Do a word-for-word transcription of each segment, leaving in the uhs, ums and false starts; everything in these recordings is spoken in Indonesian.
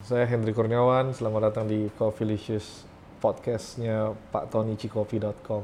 Saya Hendry Kurniawan, selamat datang di Coffeelicious podcast-nya pak tony cikopi dot com.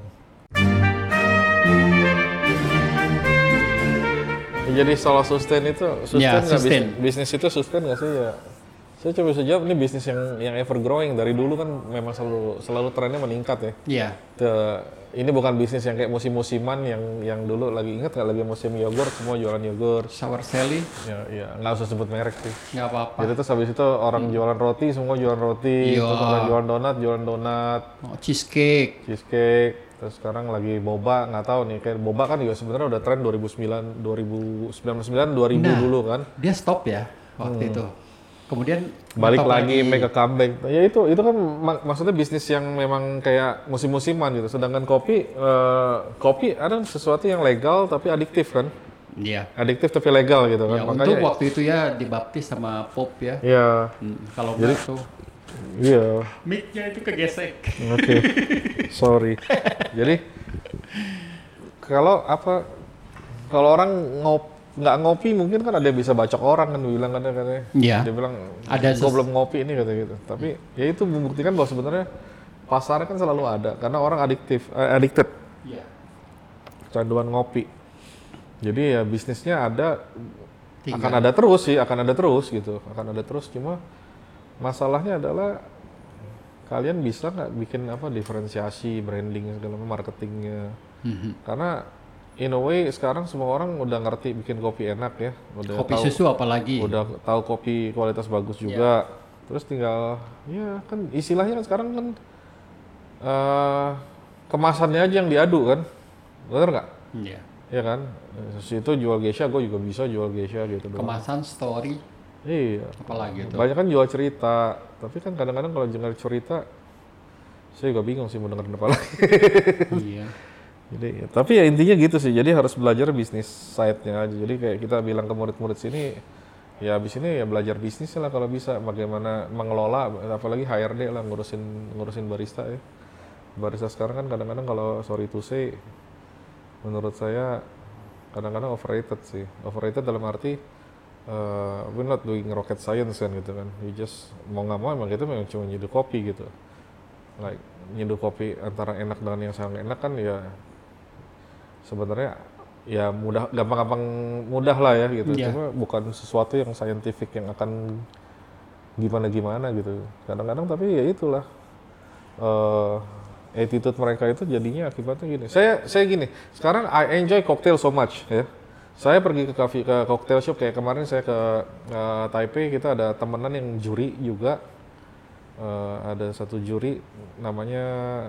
Ya, jadi soal sustain itu, sustain Ya, nggak sustain. bisnis, bisnis itu sustain nggak sih ya? Saya coba bisa jawab, ini bisnis yang yang ever growing dari dulu kan memang selalu selalu trennya meningkat ya. Iya. Te- ini bukan bisnis yang kayak musim-musiman yang yang dulu lagi ingat nggak lagi musim yogurt semua jualan yogurt. Sour Sally, Ya, ya nggak usah sebut merek sih. nggak apa-apa. Jadi terus habis itu orang jualan roti semua jualan roti, Iya. terus orang jualan donat jualan donat, Oh, cheesecake. cheesecake, terus sekarang lagi boba, nggak tahu nih kayak boba kan juga sebenarnya udah tren dua ribu sembilan, dua ribu sembilan belas, dua ribu Nah. dulu kan. Dia stop ya waktu itu. Kemudian Balik ngetop lagi, make a comeback. Ya itu itu kan mak- maksudnya bisnis yang memang kayak musim-musiman gitu. Sedangkan kopi eh, kopi ada sesuatu yang legal tapi adiktif kan. Iya. Adiktif tapi legal gitu kan. Ya, Makanya untuk waktu itu ya dibaptis sama Pop ya. ya Hmm, kalau nggak tuh iya. mic-nya itu kegesek. Oke. Sorry. Jadi kalau apa kalau orang ngop nggak ngopi mungkin kan ada yang bisa bacok orang kan bilang kan katanya. Iya. Dia bilang Ada gue ses- belum ngopi ini kata gitu. Tapi ya itu membuktikan bahwa sebenarnya pasarnya kan selalu ada karena orang adiktif, eh, addicted, Iya. kecanduan ngopi. Jadi ya bisnisnya ada Tinggal. akan ada terus sih, akan ada terus gitu, akan ada terus. Cuma masalahnya adalah kalian bisa nggak bikin apa diferensiasi, branding segala macam, marketingnya. Mhm. Karena in a way sekarang semua orang udah ngerti bikin kopi enak ya, udah Kopi tahu, susu apalagi. udah tahu kopi kualitas bagus juga. Terus tinggal ya kan istilahnya kan sekarang kan eh, kemasannya aja yang diadu kan, bener nggak? Iya. Ya kan, si itu jual geisha, gue juga bisa jual geisha gitu doang. Kemasan story Iya. apalagi itu. Banyak kan jual cerita, tapi kan kadang-kadang kalau dengar cerita, saya juga bingung sih mau dengerin apa lagi. Iya. Jadi, ya, tapi ya intinya gitu sih. Jadi harus belajar bisnis side-nya aja. Jadi kayak kita bilang ke murid-murid sini, ya abis ini ya belajar bisnis lah kalau bisa, bagaimana mengelola, apalagi H R D lah ngurusin ngurusin barista ya. Barista sekarang kan kadang-kadang kalau sorry to say, menurut saya kadang-kadang overrated sih. Overrated dalam arti uh, we're not doing rocket science kan gitu kan. You just mau nggak mau emang kita memang cuma nyeduh kopi gitu. Like nyeduh kopi antara enak dengan yang sangat enak kan ya sebenarnya ya mudah, gampang-gampang mudah lah ya gitu. Iya. Cuma bukan sesuatu yang scientific yang akan gimana-gimana gitu. Kadang-kadang tapi ya itulah uh, attitude mereka itu jadinya akibatnya gini. Saya saya gini, sekarang I enjoy cocktail so much ya. Saya pergi ke cafe, ke cocktail shop kayak kemarin saya ke uh, Taipei, kita ada temenan yang juri juga. Uh, ada satu juri namanya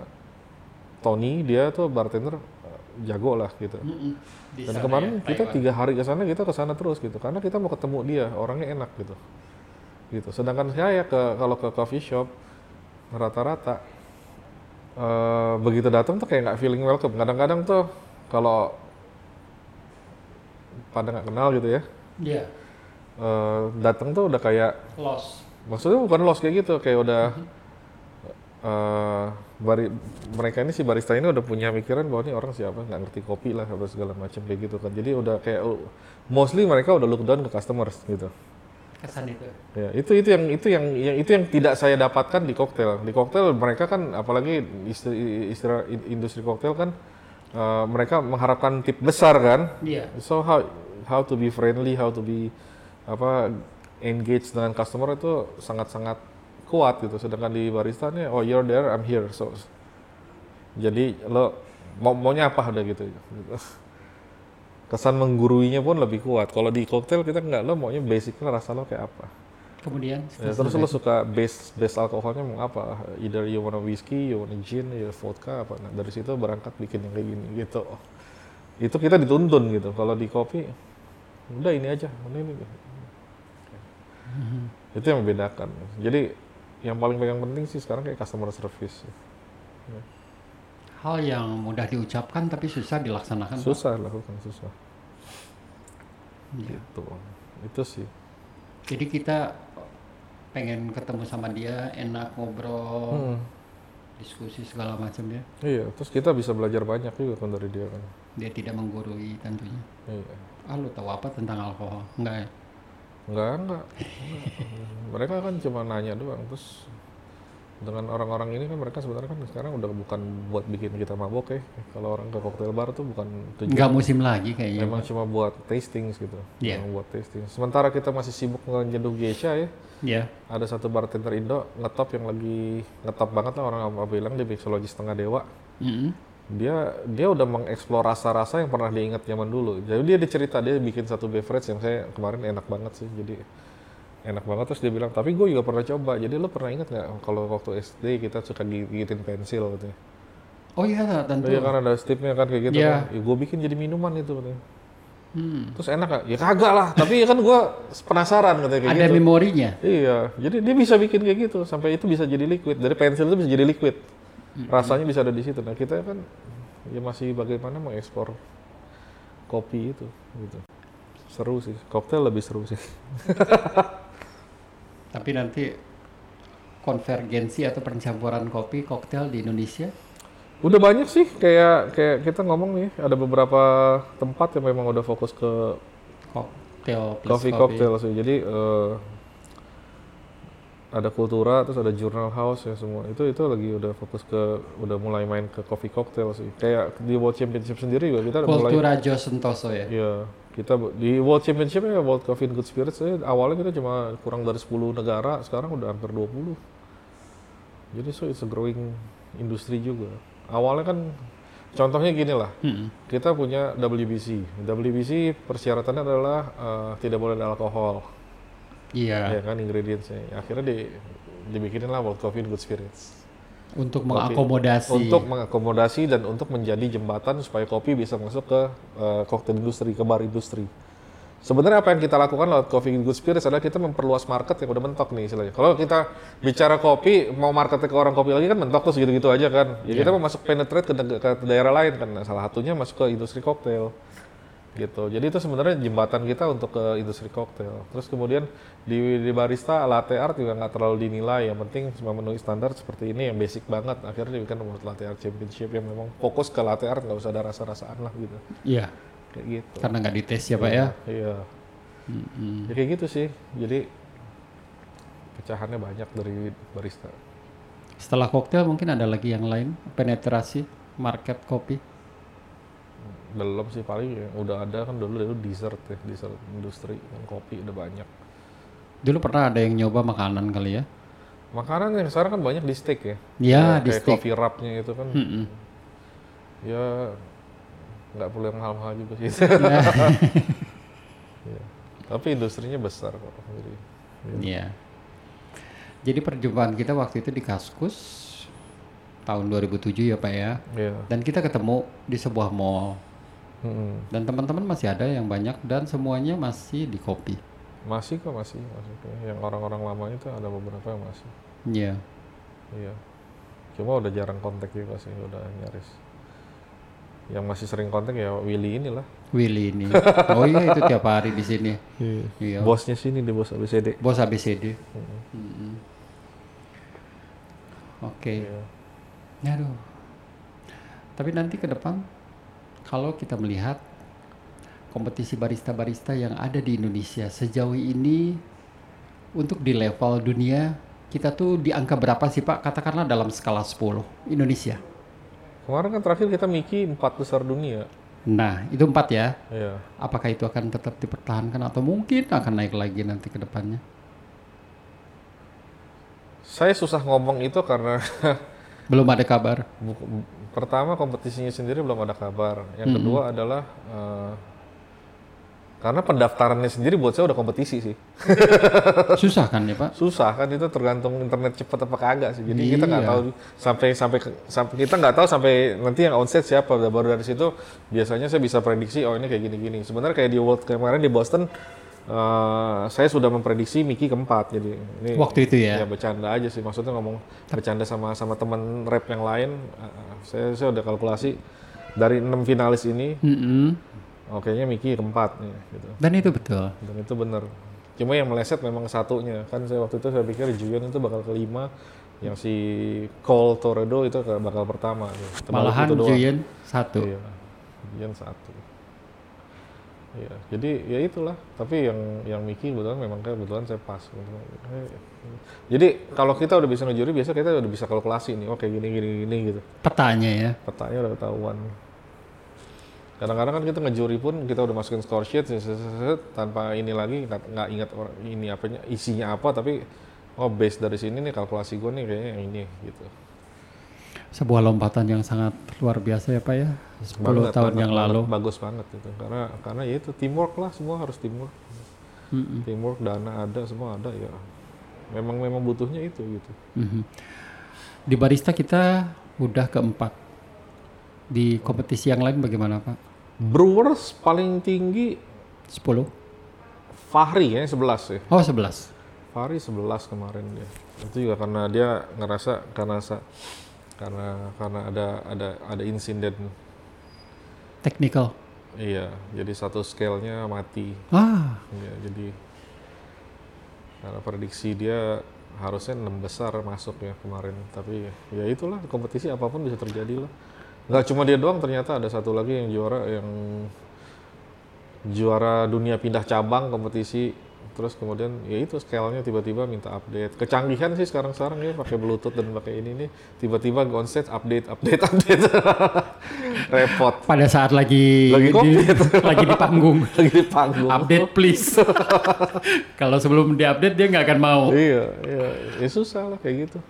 Tony, dia tuh bartender uh, jago lah gitu. Mm-mm. Di Dan sana kemarin ya, kita Taiwan. tiga hari ke sana, kita ke sana terus gitu, karena kita mau ketemu dia, orangnya enak gitu. Gitu. Sedangkan saya ke kalau ke coffee shop rata-rata uh, begitu datang tuh kayak nggak feeling welcome. Kadang-kadang tuh kalau pada nggak kenal gitu ya, Iya. uh, datang tuh udah kayak Loss. maksudnya bukan loss kayak gitu, kayak udah uh, bari, mereka ini si barista ini udah punya pikiran bahwa ini orang siapa nggak ngerti kopi lah apa segala macam kayak gitu kan. Jadi udah kayak uh, mostly mereka udah look down ke customers gitu. Kesan itu. Ya, itu itu yang itu yang yang itu yang tidak saya dapatkan di koktail. Di koktail mereka kan apalagi istri, istri, industri koktail kan uh, mereka mengharapkan tip besar kan. Iya. So how how to be friendly, how to be apa engage dengan customer itu sangat-sangat kuat gitu. Sedangkan di barista nih, oh you're there, I'm here. So jadi lo mau maunya apa udah gitu. Kesan mengguruinya pun lebih kuat. Kalau di koktail kita nggak, lo maunya basicnya rasa lo kayak apa. Kemudian Ya, terus lo suka base base alkoholnya mau apa? Either you wanna whiskey, you wanna gin, you vodka apa. Nah, dari situ berangkat bikin yang kayak gini gitu. Itu kita dituntun gitu. Kalau di kopi udah ini aja, udah ini. Mm-hmm. Itu yang membedakan. Jadi yang paling yang penting sih sekarang kayak customer service. Ya. hal yang mudah diucapkan tapi susah dilaksanakan. Susah lakukan, susah. Ya. Gitu. Itu sih. Jadi kita pengen ketemu sama dia, enak ngobrol, Hmm. diskusi segala macam ya. Iya, terus kita bisa belajar banyak juga kan dari dia kan. Dia tidak menggurui tentunya. Iya. Ah lu tahu apa tentang alkohol? Enggak ya? Enggak, enggak, enggak. Mereka kan cuma nanya doang. Terus dengan orang-orang ini kan mereka sebenarnya kan sekarang udah bukan buat bikin kita mabok ya. Kalau orang ke cocktail bar tuh bukan Nggak tujuan. musim lagi kayaknya, Memang Pak. cuma buat tasting gitu. Iya. Memang buat tasting. Sementara kita masih sibuk ngejenuh geisha ya. Iya. Ada satu bartender Indo ngetop yang lagi ngetop banget lah, orang apa bilang dia mixologi setengah dewa. Mm-mm. Dia dia udah mengeksplor rasa-rasa yang pernah diingat zaman dulu. Jadi dia dicerita dia bikin satu beverage yang saya kemarin enak banget sih. Jadi enak banget, terus dia bilang, tapi gue juga pernah coba. Jadi lo pernah ingat nggak kalau waktu S D kita suka gigitin pensil gitu? Oh iya, tentu. Iya kan ada stripnya kan kayak gitu Iya. kan. Ya, gue bikin jadi minuman itu katanya. Hmm. Terus enak gak? Ya kagak lah. Tapi kan gue penasaran katanya kayak Ada gitu. memorinya. Iya, jadi dia bisa bikin kayak gitu sampai itu bisa jadi liquid. Dari pensil itu bisa jadi liquid. Rasanya bisa ada di situ. Nah kita kan ya masih bagaimana mengekspor kopi itu gitu. Seru sih. Koktail lebih seru sih. Tapi nanti konvergensi atau pencampuran kopi koktail di Indonesia. Udah banyak sih, kayak kayak kita ngomong nih, ada beberapa tempat yang memang udah fokus ke Koktail plus coffee kopi. cocktail sih. Jadi eh, ada Kultura, terus ada Journal House ya semua. Itu itu lagi udah fokus ke udah mulai main ke coffee cocktail sih. Kayak di World Championship sendiri juga kita udah mulai. Kultura Jo Sentoso ya. Iya, kita bu- di World Championship ya World Coffee and Good Spirits ya, awalnya kita cuma kurang dari sepuluh negara, sekarang udah hampir dua puluh. Jadi so it's a growing industri juga. Awalnya kan contohnya gini lah. Hmm. Kita punya W B C. W B C persyaratannya adalah eh, tidak boleh ada alkohol, Iya. ya kan ingredientsnya. Akhirnya di, dibikinin lah World Coffee and Good Spirits. Untuk Kopi- mengakomodasi. Untuk mengakomodasi dan untuk menjadi jembatan supaya kopi bisa masuk ke eh, cocktail industri, ke bar industri. Sebenarnya apa yang kita lakukan lewat Coffee and Good Spirits adalah kita memperluas market yang udah mentok nih istilahnya. Kalau kita bicara kopi, mau marketnya ke orang kopi lagi kan mentok tuh segitu-gitu aja kan. Ya kita mau masuk penetrate ke, neg- ke daerah lain kan. Nah, salah satunya masuk ke industri koktail gitu. Jadi itu sebenarnya jembatan kita untuk ke industri koktail. Terus kemudian di, di barista latte art juga nggak terlalu dinilai. Yang penting cuma memenuhi standar seperti ini yang basic banget. Akhirnya dibikin World Latte Art Championship yang memang fokus ke latte art, nggak usah ada rasa-rasaan lah gitu. Iya. Kayak gitu. Karena nggak dites ya Pak ya. Iya. Mm-mm. Ya kayak gitu sih. Jadi pecahannya banyak dari barista. Setelah koktail mungkin ada lagi yang lain penetrasi market kopi. Belum sih, paling yang udah ada kan dulu dulu dessert ya, dessert industri kan kopi udah banyak. Dulu pernah ada yang nyoba makanan kali ya? Makanan yang sekarang kan banyak di steak ya. Iya, Kayak- di kayak steak. coffee wrap-nya itu kan. Mm-mm. Ya nggak perlu yang mahal-mahal juga sih. Ya. Iya. Tapi industrinya besar kok. Jadi, Iya. Jadi perjumpaan kita waktu itu di Kaskus tahun dua ribu tujuh ya Pak ya. iya. Dan kita ketemu di sebuah mall. Mm-mm. Dan teman-teman masih ada yang banyak dan semuanya masih di kopi. Masih kok masih, masih. Yang orang-orang lama itu ada beberapa yang masih. Iya. Iya. Cuma udah jarang kontak juga sih, udah nyaris. Yang masih sering kontak ya Willy inilah. Willy ini. Oh iya itu tiap hari di sini. Iya. Bosnya sini di bos A B C D. Bos A B C D. Mm-mm. Mm-mm. Oke. Iya. Aduh. Tapi nanti ke depan kalau kita melihat kompetisi barista-barista yang ada di Indonesia sejauh ini untuk di level dunia kita tuh di angka berapa sih Pak? Katakanlah dalam skala sepuluh Indonesia. Kemarin kan terakhir kita Miki empat besar dunia. Nah, itu empat ya. Iya. Apakah itu akan tetap dipertahankan atau mungkin akan naik lagi nanti ke depannya? Saya susah ngomong itu karena Belum ada kabar. bu- pertama kompetisinya sendiri belum ada kabar. Yang kedua adalah eh, karena pendaftarannya sendiri buat saya udah kompetisi sih. Susah kan ya Pak? Susah kan, itu tergantung internet cepat apa kagak sih. Jadi kita nggak Iya. tahu sampai sampai ke- sampai kita nggak tahu sampai nanti yang onset siapa. Baru dari situ biasanya saya bisa prediksi oh ini kayak gini-gini. Sebenarnya kayak di World kemarin di Boston eh, saya sudah memprediksi Miki keempat. Jadi ini Waktu itu ya? ya bercanda aja sih, maksudnya ngomong bercanda sama sama teman rap yang lain. eh, saya saya udah kalkulasi dari enam finalis ini, Mm-mm. oh, kayaknya Miki keempat nih gitu. Dan itu betul. Dan itu benar. Cuma yang meleset memang satunya. Kan saya waktu itu saya pikir Julian itu bakal kelima, yang si Cole Toredo itu ke- bakal pertama. Gitu. Terbalik Malahan itu doang. Juyen satu. Iya, Julian satu. Iya, jadi ya itulah. Tapi yang yang Miki kebetulan memang kayak kebetulan saya pas. Jadi kalau kita udah bisa ngejuri, biasa kita udah bisa kalkulasi nih, oke gini gini gini gitu. Petanya ya. Petanya udah ketahuan. Kadang-kadang kan kita ngejuri pun kita udah masukin score sheet tanpa ini lagi nggak ingat orang ini apanya isinya apa, tapi oh base dari sini nih kalkulasi gue nih kayaknya yang ini gitu. Sebuah lompatan yang sangat luar biasa ya Pak ya, sepuluh Banget, tahun banget, yang banget, lalu. bagus banget gitu. Karena karena ya itu teamwork lah, semua harus teamwork. Mm-mm. Teamwork, dana ada, semua ada ya. Memang memang butuhnya itu gitu. Mhm. Di barista kita udah keempat. Di kompetisi yang lain bagaimana Pak? Brewers paling tinggi sepuluh? Fahri ya sebelas ya. Oh sebelas. Fahri sebelas kemarin dia. Itu juga karena dia ngerasa karena karena karena ada ada ada insiden. Technical. Iya, jadi satu scale-nya mati. Ah. Ya, jadi karena prediksi dia harusnya enam besar masuk ya kemarin, tapi ya itulah kompetisi apapun bisa terjadi lah. Nggak cuma dia doang, ternyata ada satu lagi yang juara yang juara dunia pindah cabang kompetisi, terus kemudian ya itu scale-nya tiba-tiba minta update. Kecanggihan sih sekarang-sekarang ya pakai Bluetooth dan pakai ini nih, tiba-tiba on stage update update update. Repot. Pada saat lagi Lagi di, kompet. lagi di panggung. Lagi di panggung. Update please. Kalau sebelum diupdate dia nggak akan mau. Iya, iya, ya susah lah kayak gitu.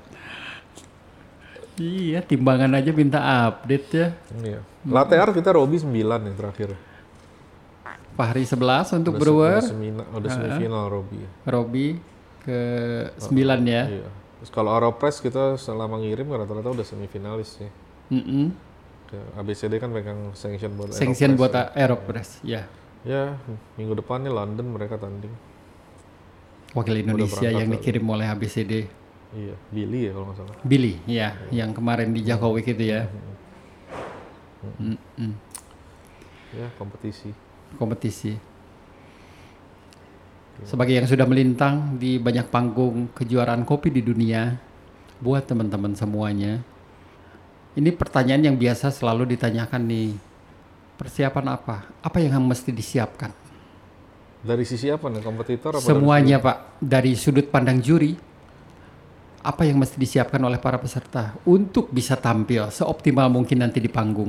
Iya, timbangan aja minta update ya. Iya. Latte art kita Robi sembilan nih terakhir. Fahri sebelas untuk Udah, Brewer. udah, semina, udah semifinal Robi. Robi ke sembilan ya. Iya. Terus kalau Aeropress kita selama ngirim rata-rata udah semifinalis sih. Mm-mm. Ke A B C D kan pegang sanction buat Sanction buat Aeropress. Aeropress, ya. Ya, minggu depan nih London mereka tanding. Wakil Indonesia yang berangkat dikirim oleh A B C D. Iya, Billy ya kalau nggak salah. Billy, ya, yang kemarin di Jokowi itu ya. Mm-mm. Ya, kompetisi. Kompetisi. Sebagai yang sudah melintang di banyak panggung kejuaraan kopi di dunia, buat teman-teman semuanya, ini pertanyaan yang biasa selalu ditanyakan nih, persiapan apa? Apa yang mesti disiapkan? Dari sisi apa nih, kompetitor apa? Semuanya Pak, dari sudut pandang juri, apa yang mesti disiapkan oleh para peserta untuk bisa tampil seoptimal mungkin nanti di panggung?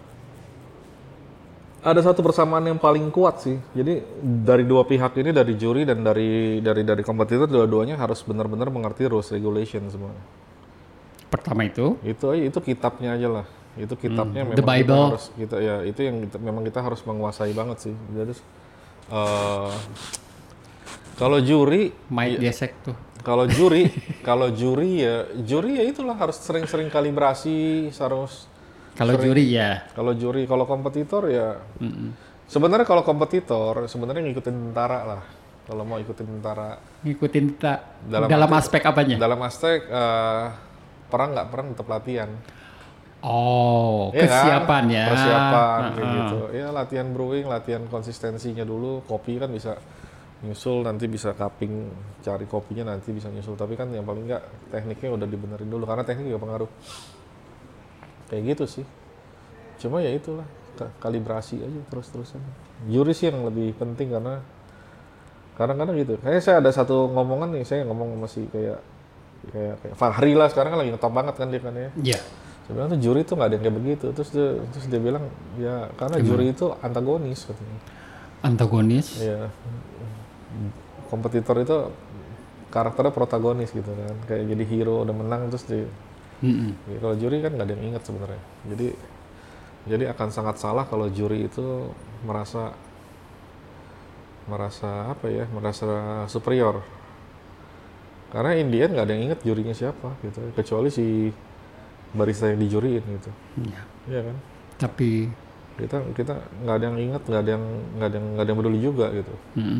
Ada satu persamaan yang paling kuat sih. Jadi dari dua pihak ini, dari juri dan dari dari dari kompetitor, dua-duanya harus benar-benar mengerti rules regulation semua. Pertama itu, Itu aja, itu kitabnya aja lah. Itu kitabnya Hmm, memang the Bible. kita harus kita ya itu yang kita, memang kita harus menguasai banget sih. Jadi eh, kalau juri, Mike Gesek tuh. kalau juri, kalau juri ya juri ya itulah harus sering-sering kalibrasi, harus Kalau sering- juri ya, Kalau juri, kalau kompetitor ya mm-mm. sebenarnya kalau kompetitor sebenarnya ngikutin tentara lah. Kalau mau ikutin tentara ngikutin tak Dalam dalam, arti- aspek apanya? dalam aspek eh, perang nggak perang tetap latihan. Oh, Iya kan? kesiapan ya. Persiapan kayak Heeh. gitu. Ya latihan brewing, latihan konsistensinya dulu. Kopi kan bisa nyusul, nanti bisa cupping, cari kopinya nanti bisa nyusul. Tapi kan yang paling nggak tekniknya udah dibenerin dulu karena teknik juga pengaruh. Kayak gitu sih. Cuma ya itulah ka- kalibrasi aja terus-terusan. Juri sih yang lebih penting karena kadang-kadang gitu. Kayaknya saya ada satu ngomongan nih, saya ngomong masih kayak kayak kayak Fahri lah sekarang kan lagi ngetop banget kan dia kan ya. Iya. Saya bilang tuh juri itu nggak ada yang kayak begitu. Terus dia, terus dia bilang ya karena juri itu antagonis katanya. Antagonis. Iya. Kompetitor itu karakternya protagonis gitu kan. Kayak jadi hero udah menang terus dia. Mm-mm. Ya, kalau juri kan nggak ada yang ingat sebenarnya. Jadi jadi akan sangat salah kalau juri itu merasa merasa apa ya, merasa superior. Karena in the end nggak ada yang ingat jurinya siapa gitu, kecuali si barista yang dijuriin gitu. Iya. Iya kan? Tapi Kita kita nggak ada yang ingat, nggak ada yang nggak ada yang nggak ada yang peduli juga gitu. mm.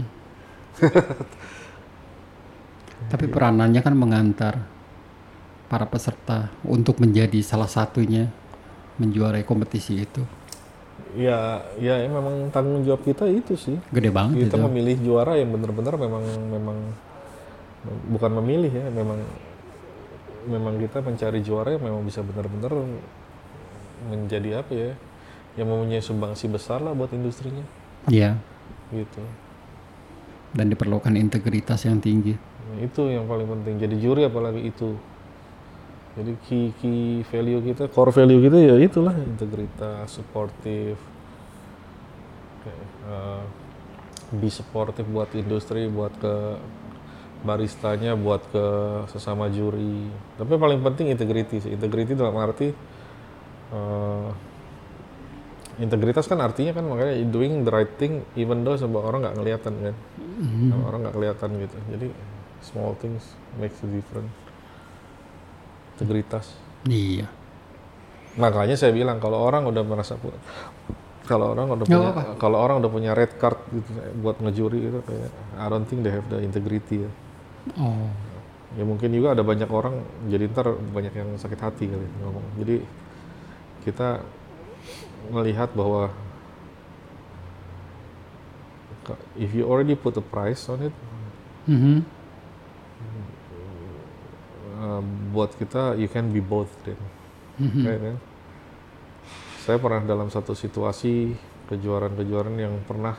Tapi peranannya kan mengantar para peserta untuk menjadi salah satunya menjuarai kompetisi itu. Ya, ya memang tanggung jawab kita itu sih. Gede banget Kita itu. memilih juara yang benar-benar memang memang bukan memilih ya, memang memang kita mencari juara yang memang bisa benar-benar menjadi apa ya, yang mempunyai sumbangsi besar lah buat industrinya. Iya. gitu. Dan diperlukan integritas yang tinggi. Nah, itu yang paling penting. Jadi juri apalagi itu. Jadi key, key value kita, core value kita ya itulah integritas, supportive, kayak, uh, be supportive buat industri, buat ke baristanya, buat ke sesama juri. Tapi paling penting integrity sih. Integrity dalam arti uh, integritas kan artinya kan makanya doing the right thing even though semua orang nggak kelihatan kan, mm-hmm. orang nggak kelihatan gitu. Jadi small things makes a difference. Integritas. Iya. Makanya saya bilang kalau orang udah merasa kalau orang udah punya kalau orang udah punya red card gitu buat ngejuri itu kayak I don't think they have the integrity ya. Oh. Ya mungkin juga ada banyak orang jadi ntar banyak yang sakit hati kali ngomong. Jadi kita melihat bahwa if you already put a price on it, mm-hmm. uh, buat kita you can be both then, mm-hmm. right, kan? Saya pernah dalam satu situasi kejuaraan-kejuaraan yang pernah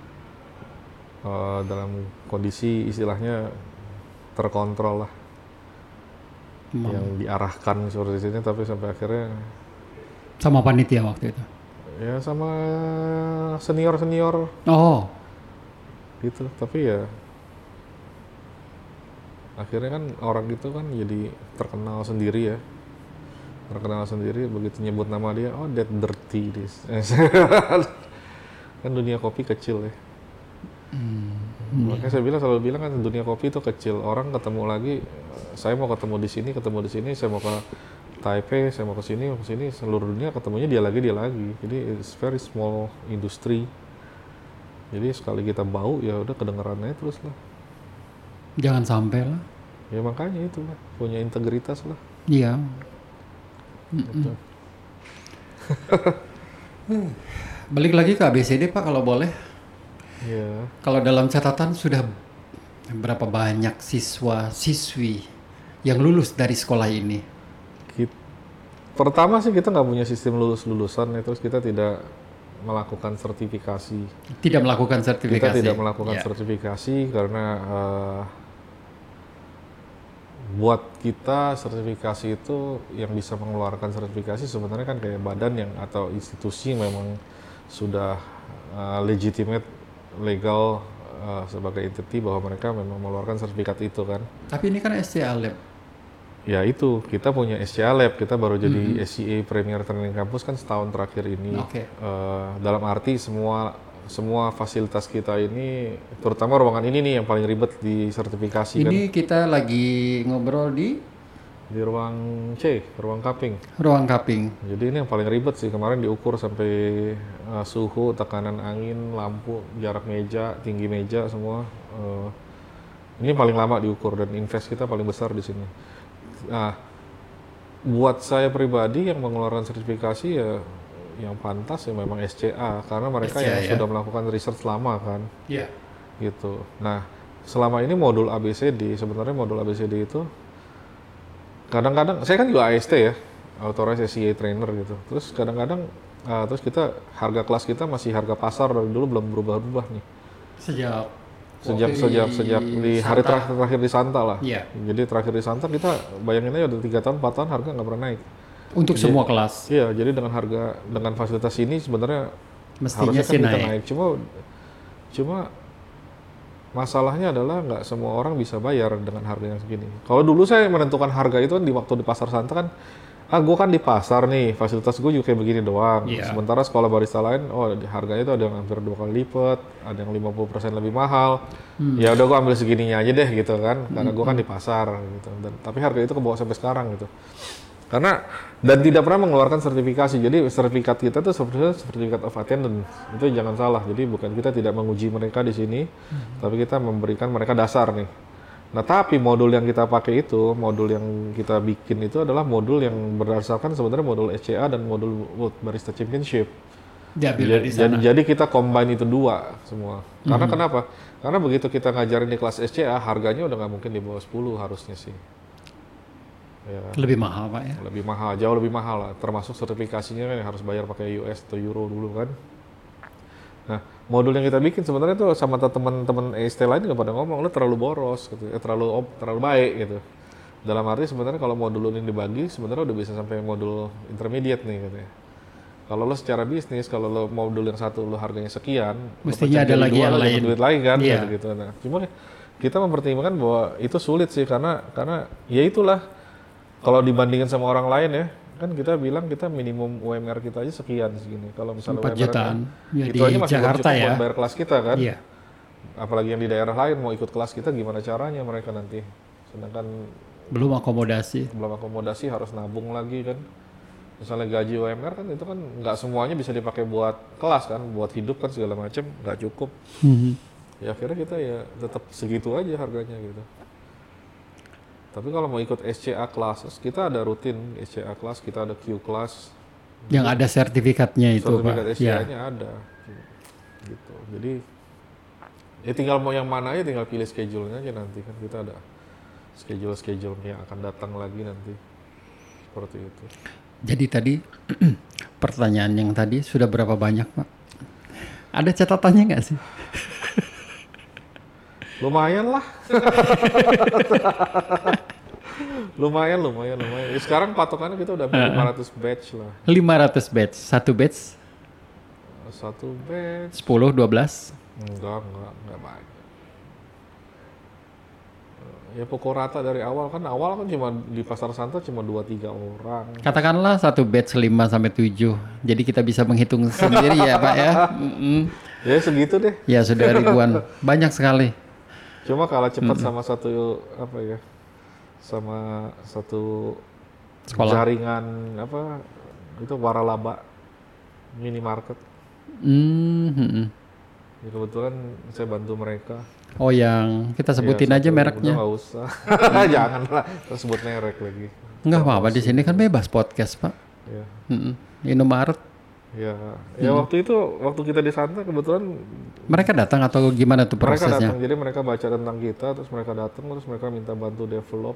uh, dalam kondisi istilahnya terkontrol lah, mm. yang diarahkan seperti ini, tapi sampai akhirnya sama panitia waktu itu. Ya sama senior-senior. Oh. Gitu, tapi ya akhirnya kan orang itu kan jadi terkenal sendiri ya. Terkenal sendiri begitu nyebut nama dia, oh that dirty this. Kan dunia kopi kecil ya. Hmm. Makanya saya bilang selalu bilang kan dunia kopi itu kecil. Orang ketemu lagi, saya mau ketemu di sini, ketemu di sini, saya mau ke Taipei, saya mau ke sini, mau ke sini, seluruh dunia ketemunya dia lagi, dia lagi. Jadi it's very small industry. Jadi sekali kita bau ya udah kedengarannya terus lah. Jangan sampai lah. Ya makanya itu lah, punya integritas lah. Iya. Balik lagi ke A B C D Pak kalau boleh. Iya. Kalau dalam catatan sudah berapa banyak siswa siswi yang lulus dari sekolah ini? Pertama sih kita nggak punya sistem lulus-lulusan ya, terus kita tidak melakukan sertifikasi. Tidak melakukan sertifikasi. Kita tidak melakukan yeah. sertifikasi karena uh, buat kita sertifikasi itu yang bisa mengeluarkan sertifikasi sebenarnya kan kayak badan yang atau institusi yang memang sudah uh, legitimate, legal uh, sebagai entity bahwa mereka memang mengeluarkan sertifikat itu kan. Tapi ini kan S C A Lab. Ya itu, kita punya S C A Lab, kita baru jadi mm-hmm. S C A Premier Training Campus kan setahun terakhir ini. Okay. Uh, dalam arti semua semua fasilitas kita ini, terutama ruangan ini nih yang paling ribet di sertifikasi ini kan. Ini kita lagi ngobrol di? Di ruang C, ruang cupping. Ruang cupping. Jadi ini yang paling ribet sih, kemarin diukur sampai uh, suhu, tekanan angin, lampu, jarak meja, tinggi meja semua. Uh, ini paling lama diukur dan invest kita paling besar di sini. Nah, buat saya pribadi yang mengeluarkan sertifikasi ya yang pantas ya memang S C A karena mereka S C A, yang ya? Sudah melakukan research lama kan. Iya. Yeah. Gitu. Nah, selama ini modul A B C D sebenarnya modul A B C D itu kadang-kadang saya kan juga A S T ya, Authorized S C A Trainer gitu. Terus kadang-kadang uh, terus kita harga kelas kita masih harga pasar dari dulu belum berubah-ubah nih. Sejak sejak sejak sejak di Santa. hari terakhir terakhir di Santa lah. Yeah. Jadi terakhir di Santa kita bayangin aja udah tiga tahun empat tahun harga nggak pernah naik. Untuk jadi, semua kelas. Iya, jadi dengan harga dengan fasilitas ini sebenarnya mestinya harusnya sih kan naik. kita naik. Cuma cuma masalahnya adalah nggak semua orang bisa bayar dengan harga yang segini. Kalau dulu saya menentukan harga itu kan di waktu di Pasar Santa kan, ah gue kan di pasar nih, fasilitas gue juga kayak begini doang. Yeah. Sementara sekolah barista lain, oh harganya itu ada yang hampir dua kali lipat, ada yang lima puluh persen lebih mahal. Hmm. Ya udah gue ambil segininya aja deh gitu kan, karena gue kan di pasar gitu. Dan, tapi harga itu kebawa sampai sekarang gitu. Karena dan tidak pernah mengeluarkan sertifikasi. Jadi sertifikat kita tuh sebenarnya sertifikat of attendance. Itu jangan salah. Jadi bukan kita tidak menguji mereka di sini, hmm. tapi kita memberikan mereka dasar nih. Nah, tapi modul yang kita pakai itu, modul yang kita bikin itu adalah modul yang berdasarkan sebenarnya modul S C A dan modul World Barista Championship. Jadi, jadi, jadi kita combine itu dua semua. Karena mm-hmm. kenapa? Karena begitu kita ngajarin di kelas S C A, harganya udah nggak mungkin di bawah sepuluh harusnya sih. Ya, lebih mahal Pak ya? Lebih mahal, jauh lebih mahal lah. Termasuk sertifikasinya kan yang harus bayar pakai U S atau Euro dulu kan. Nah, modul yang kita bikin sebenarnya tuh sama teman-teman E S T lain nggak pada ngomong lu terlalu boros gitu, eh, terlalu op- terlalu baik gitu. Dalam arti sebenarnya kalau modul ini dibagi sebenarnya udah bisa sampai modul intermediate nih katanya. Kalau lo secara bisnis, kalau lo modul yang satu lo harganya sekian, lo Mestinya pecah ada jadi lagi dua, yang lo dapat lain. duit lagi kan, Iya. gitu gitu. Nah, cuma kita mempertimbangkan bahwa itu sulit sih karena karena ya itulah kalau dibandingin sama orang lain ya, kan kita bilang kita minimum U M R kita aja sekian segini. Kalau misalnya Empat U M R jutaan. Ya, itu di aja masih belum Jakarta cukup ya. buat bayar kelas kita kan. Iya. Apalagi yang di daerah lain mau ikut kelas kita gimana caranya mereka nanti. Sedangkan Belum akomodasi. belum akomodasi harus nabung lagi kan. Misalnya gaji U M R kan itu kan nggak semuanya bisa dipakai buat kelas kan, buat hidup kan segala macam nggak cukup. Mhm. Ya akhirnya kita ya tetap segitu aja harganya gitu. Tapi kalau mau ikut S C A classes, kita ada rutin S C A class, kita ada Q class. Yang ada sertifikatnya itu, Sertifikat Pak. S C Ya. A-nya ada. Gitu. Jadi ya tinggal mau yang mana aja tinggal pilih schedule-nya aja nanti kan kita ada schedule-schedule yang akan datang lagi nanti. Seperti itu. Jadi tadi pertanyaan yang tadi sudah berapa banyak, Pak? Ada catatannya nggak sih? Lumayan lah. lumayan, lumayan, lumayan. Ya, sekarang patokannya kita udah lima ratus batch lah. lima ratus batch. Satu batch Satu batch. sepuluh, dua belas. Enggak, enggak, enggak banyak. Ya pokok rata dari awal kan, awal kan cuma di Pasar Santa cuma dua tiga orang. Katakanlah satu batch lima sampai tujuh. Jadi kita bisa menghitung sendiri ya, Pak ya. Mm-mm. Ya segitu deh. Ya sudah ribuan. Banyak sekali. Cuma kalah cepat sama satu apa ya? Sama satu Sekolah. jaringan apa? Itu waralaba minimarket. Hmm. Ya, kebetulan saya bantu mereka. Oh, yang kita sebutin Ya, aja satu- mereknya. Udah nggak usah. Janganlah terus sebut merek lagi. Enggak apa-apa, di sini kan bebas podcast, Pak. Ya. Mm-mm. Indomaret. Ya, ya waktu itu waktu kita di Santa kebetulan Mereka datang atau gimana tuh mereka prosesnya? datang. Jadi mereka baca tentang kita, terus mereka datang, terus mereka minta bantu develop.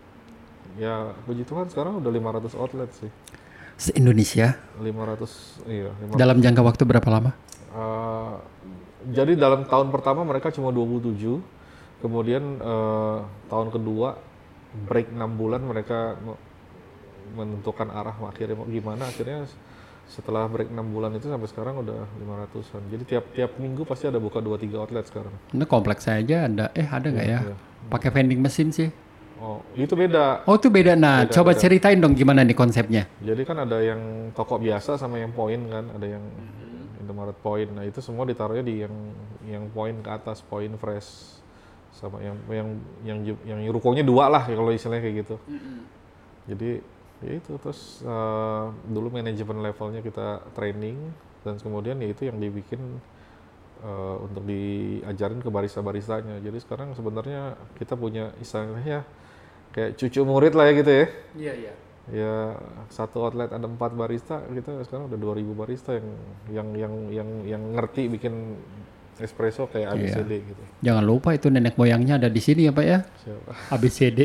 Ya, puji Tuhan sekarang udah lima ratus outlet sih. Se-Indonesia lima ratus, iya. lima ratus. dalam jangka waktu berapa lama? Uh, jadi dalam tahun pertama mereka cuma dua puluh tujuh, kemudian uh, tahun kedua break enam bulan mereka me- menentukan arah akhirnya mau gimana, akhirnya setelah break enam bulan itu sampai sekarang udah lima ratusan. Jadi tiap tiap minggu pasti ada buka dua tiga outlet sekarang. Ini kompleks saya aja ada. Eh ada nggak ya? Iya. Pakai vending mesin sih. Oh, itu beda. Oh itu beda. Nah Beda, coba beda. ceritain dong gimana nih konsepnya. Jadi kan ada yang toko biasa sama yang poin kan, ada yang Indomaret Point. Nah, itu semua ditaruhnya di yang yang poin ke atas, poin fresh. Sama yang yang yang yang, yang rukonya dua lah kalau istilahnya kayak gitu. Jadi ya itu terus uh, dulu manajemen levelnya kita training dan kemudian ya itu yang dibikin uh, untuk diajarin ke barista-baristanya. Jadi sekarang sebenarnya kita punya istilahnya kayak cucu murid lah ya gitu ya. Iya iya. Ya satu outlet ada empat barista, kita sekarang udah dua ribu barista yang yang yang yang yang ngerti bikin espresso kayak A B C D gitu. Jangan lupa itu nenek moyangnya ada di sini ya Pak ya. Siapa? A B C D.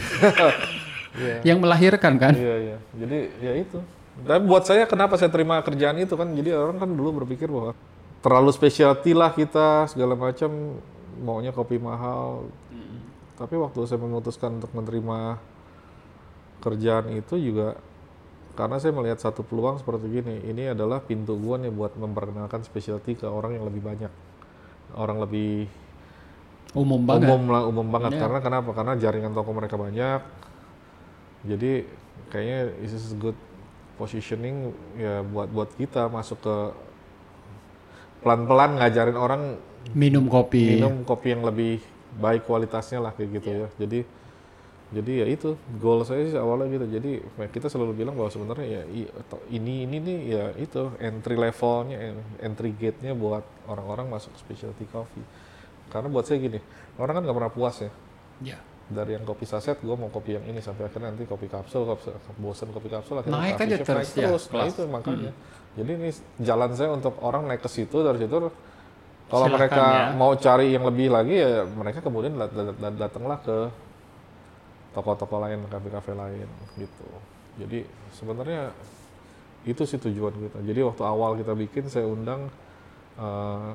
Iya. Yang melahirkan kan. Iya iya. Jadi ya itu. Dan buat saya kenapa saya terima kerjaan itu kan, jadi orang kan dulu berpikir bahwa terlalu specialty lah kita segala macam, maunya kopi mahal. Tapi waktu saya memutuskan untuk menerima kerjaan itu juga karena saya melihat satu peluang seperti gini, ini adalah pintu gua nih buat memperkenalkan specialty ke orang yang lebih banyak, orang lebih Umum banget. umum lah, umum banget. Iya. Karena kenapa? Karena jaringan toko mereka banyak, jadi kayaknya this is good positioning ya buat buat kita masuk ke pelan-pelan ngajarin orang Minum kopi. minum kopi yang lebih baik kualitasnya lah kayak gitu ya. Jadi jadi ya itu goal saya sih awalnya gitu. Jadi ya kita selalu bilang bahwa sebenarnya ya i- atau ini ini nih ya itu entry levelnya, en- entry gate-nya buat orang-orang masuk specialty coffee. Karena buat saya gini, orang kan nggak pernah puas ya. Ya. Dari yang kopi saset, gue mau kopi yang ini sampai akhirnya nanti kopi kapsul, kapsul bosan kopi kapsul akhirnya Naik coffee aja shop terus, naik ya, terus. Nah kelas. itu makanya. Jadi ini jalan saya untuk orang naik ke situ, dari situ kalau Silahkan mereka ya. mau cari yang lebih lagi ya mereka kemudian dat- dat- dat- datanglah ke toko-toko lain, kafe-kafe lain gitu. Jadi sebenarnya itu sih tujuan kita. Jadi waktu awal kita bikin saya undang uh,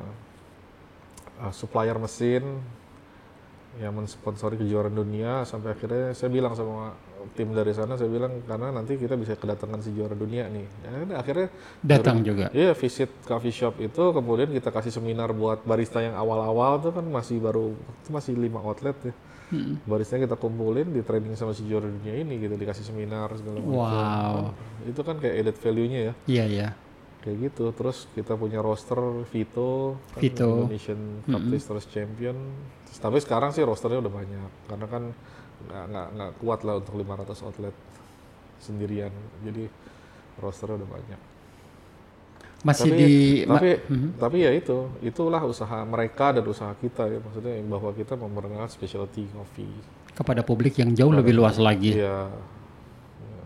uh, supplier mesin yang mensponsori kejuaraan dunia, sampai akhirnya saya bilang sama tim dari sana, saya bilang karena nanti kita bisa kedatangan si juara dunia nih. Ya, akhirnya Datang dari- juga. Iya, visit coffee shop itu, kemudian kita kasih seminar buat barista yang awal-awal tuh kan masih baru, itu masih lima outlet ya. Mm. Baristanya kita kumpulin, di training sama si juara dunia ini gitu, dikasih seminar segala macam. Wow. Itu kan kayak added value-nya ya. Iya ya. Kayak gitu. Terus kita punya roster Vito, kan Vito. Indonesian Cup Distillers Champion. Terus, tapi sekarang sih rosternya udah banyak, karena kan nggak nggak nggak kuat lah untuk lima ratus outlet sendirian. Jadi rosternya udah banyak. Masih tapi, di ma- tapi tapi ya itu, itulah usaha mereka dan usaha kita ya, maksudnya bahwa kita memperkenalkan specialty coffee. kepada publik yang jauh lebih luas lagi. Iya. Ya.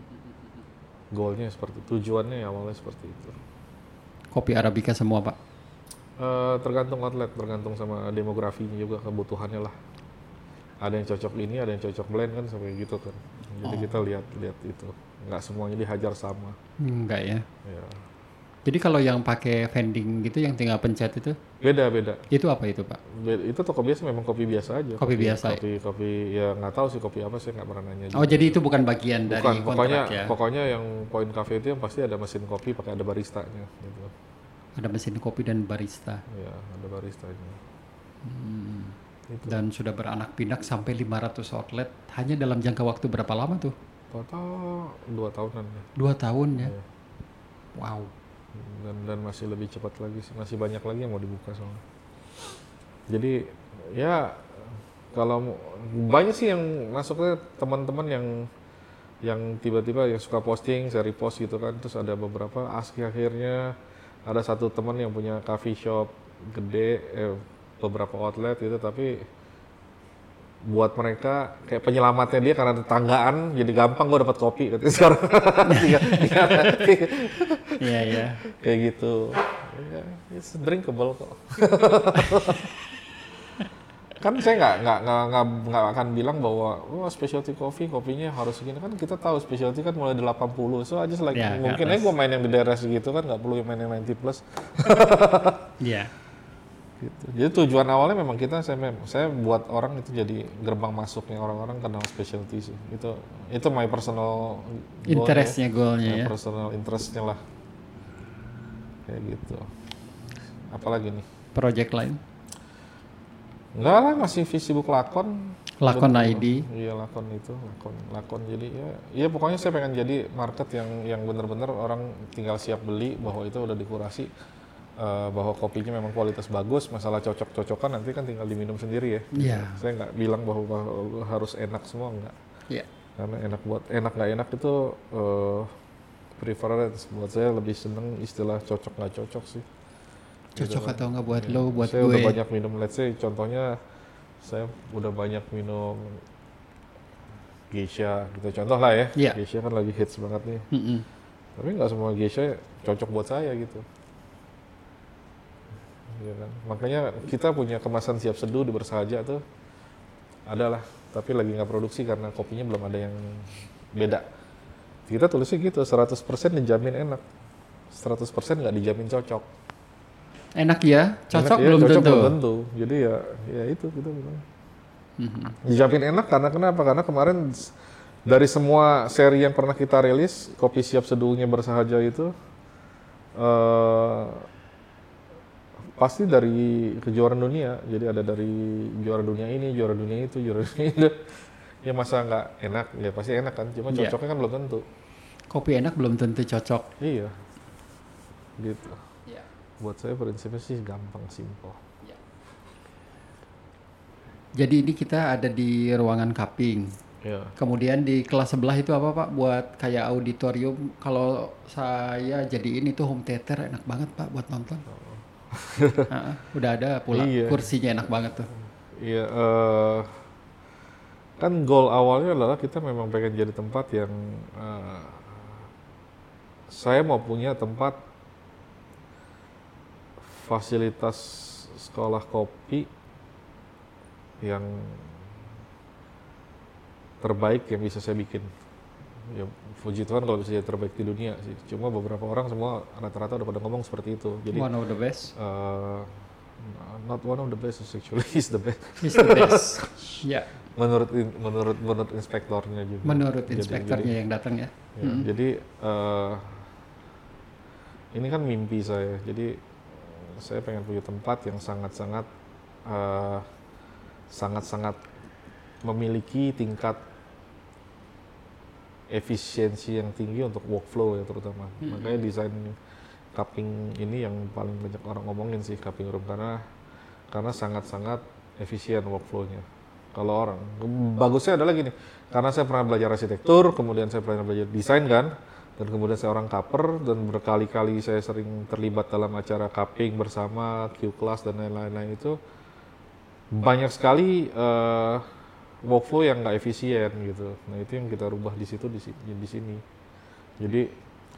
Goalnya seperti, tujuannya ya awalnya seperti itu. Kopi Arabica semua, Pak. Eh, tergantung outlet, tergantung sama demografinya juga, kebutuhannya lah. Ada yang cocok ini, ada yang cocok blend kan, sampai gitu kan. Jadi kita lihat lihat itu, nggak semuanya dihajar sama. Enggak ya. Ya. Jadi kalau yang pakai vending gitu yang tinggal pencet itu, Beda beda. itu apa itu, Pak? Beda. Itu toko biasa memang kopi biasa aja. Kopi biasa. Kopi kopi ya nggak tahu sih kopi apa, saya nggak pernah nanya. Oh, juga. jadi itu bukan bagian Bukan, dari pokoknya kontrak ya. pokoknya yang Point Cafe itu yang pasti ada mesin kopi, pakai ada baristanya gitu. Ada mesin kopi dan barista. Ya, ada baristanya. Itu. Dan sudah beranak pinak sampai lima ratus outlet hanya dalam jangka waktu berapa lama tuh? Total dua tahunan ya. Dua tahun ya. Iya. Wow. dan dan masih lebih cepat lagi sih, masih banyak lagi yang mau dibuka soalnya. Jadi ya kalau mau- banyak sih yang masuknya teman-teman yang yang tiba-tiba yang suka posting, saya repost gitu kan, terus ada beberapa ask akhirnya ada satu teman yang punya coffee shop gede, eh, beberapa outlet gitu, tapi buat mereka kayak penyelamatnya dia karena tetanggaan jadi gampang gue dapat kopi katanya sekarang. Iya ya. Kayak gitu. Ya, it's drinkable kok. Kan saya nggak nggak nggak nggak nggak akan bilang bahwa wah specialty coffee kopinya harus segini, kan kita tahu specialty kan mulai delapan puluh, so aja like Ya, mungkin aja gue main yang di daerah segitu kan, nggak perlu main yang sembilan puluh plus. Iya. Gitu. Jadi tujuan awalnya memang kita saya mem- saya buat orang itu jadi gerbang masuknya orang-orang kenal specialty sih. Itu itu my personal goal Interestnya, ya. goalnya My ya. personal interestnya lah. Kayak gitu. Apalagi nih? Project lain. Enggak lah, masih Facebook lakon. Lakon Bener. I D. Iya lakon itu, lakon lakon jadi ya, iya pokoknya saya pengen jadi market yang yang benar-benar orang tinggal siap beli, bahwa itu udah dikurasi, eh, bahwa kopinya memang kualitas bagus, masalah cocok-cocokan nanti kan tinggal diminum sendiri ya. Iya. Saya nggak bilang bahwa, bahwa harus enak semua, enggak. Iya. Karena enak buat enak nggak enak itu eh, preference, buat saya lebih seneng istilah cocok nggak cocok sih. Cocok Gitu. atau enggak buat lo, buat Saya gue. udah banyak minum, let's say contohnya saya udah banyak minum geisha gitu contoh lah ya. Iya. Geisha kan lagi hits banget nih, Mm-mm. tapi nggak semua geisha cocok buat saya gitu. Iya kan? Makanya kita punya kemasan siap seduh di Bersahaja tuh adalah, tapi lagi nggak produksi karena kopinya belum ada yang beda. Kita tulisnya gitu, seratus persen dijamin enak, seratus persen nggak dijamin cocok. Enak ya, cocok Enak, ya, belum cocok tentu. belum tentu. Jadi ya, ya itu kita bilang. Mhm. Dijamin enak karena kenapa? Karena kemarin s- dari semua seri yang pernah kita rilis, kopi siap seduhnya Bersahaja itu eh pasti dari kejuaraan dunia. Jadi ada dari juara dunia ini, juara dunia itu, juara dunia itu. Ya masa nggak enak? Ya pasti enak kan. Cuma Iya. cocoknya kan belum tentu. Kopi enak belum tentu cocok. Iya. Gitu. Iya. Buat saya prinsipnya sih gampang, simple. Jadi ini kita ada di ruangan cupping. Ya. Kemudian di kelas sebelah itu apa Pak? Buat kayak auditorium. Kalau saya jadiin itu home theater, enak banget Pak buat nonton. Ah, udah ada pula, Iya. kursinya enak banget tuh. Iya, eh, kan goal awalnya adalah kita memang pengen jadi tempat yang eh, saya mau punya tempat fasilitas sekolah kopi yang terbaik yang bisa saya bikin. ya puji Tuhan kalau bisa jadi terbaik di dunia sih. Cuma beberapa orang semua rata-rata udah pada ngomong seperti itu. Jadi One of the best. uh, not one of the best, actually is the best. Is the best. Ya. menurut in- menurut menurut inspektornya juga. Menurut Jadi- inspektornya jadi, yang datang ya. ya, Mm. jadi uh, ini kan mimpi saya. Jadi saya pengen punya tempat yang sangat-sangat uh, sangat-sangat memiliki tingkat efisiensi yang tinggi untuk workflow ya terutama. Hmm. Makanya desain cupping ini yang paling banyak orang ngomongin sih, cupping room, karena karena sangat-sangat efisien workflow-nya. Kalau orang bagusnya adalah gini, karena saya pernah belajar arsitektur, kemudian saya pernah belajar desain kan, dan kemudian saya orang cutter dan berkali-kali saya sering terlibat dalam acara cupping bersama Q-Class dan lain-lain itu banyak sekali uh, workflow yang nggak efisien gitu. Nah itu yang kita rubah di situ di, si- di sini. Jadi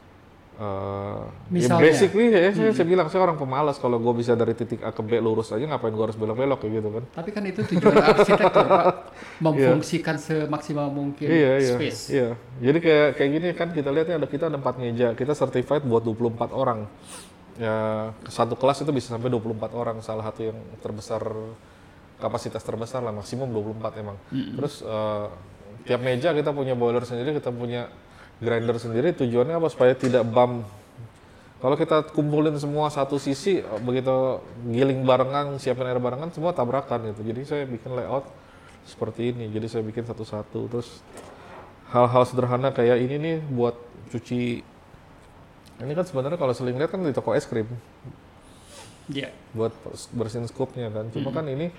uh, ya Misalnya? basically ya saya, saya bilang saya orang pemalas. Kalau gue bisa dari titik A ke B lurus aja, ngapain gue harus belok-belok kayak gitu kan? Tapi kan itu tujuan arsitektur Pak, memfungsikan semaksimal mungkin Iya iya. space. Iya. Jadi kayak kayak gini kan kita lihatnya ada kita ada empat meja. Kita certified buat dua puluh empat orang. Ya satu kelas itu bisa sampai dua puluh empat orang. Salah satu yang terbesar, kapasitas terbesar lah, maksimum dua puluh empat emang. Terus uh, tiap meja kita punya boiler sendiri, kita punya grinder sendiri. Tujuannya apa? Supaya tidak bump. Kalau kita kumpulin semua satu sisi, begitu giling barengan, siapin air barengan, semua tabrakan gitu. Jadi saya bikin layout seperti ini. Jadi saya bikin satu-satu. Terus hal-hal sederhana kayak ini nih buat cuci. Ini kan sebenarnya kalau sering lihat kan di toko es krim. Iya. Buat bersihin scoopnya kan. Cuma kan ini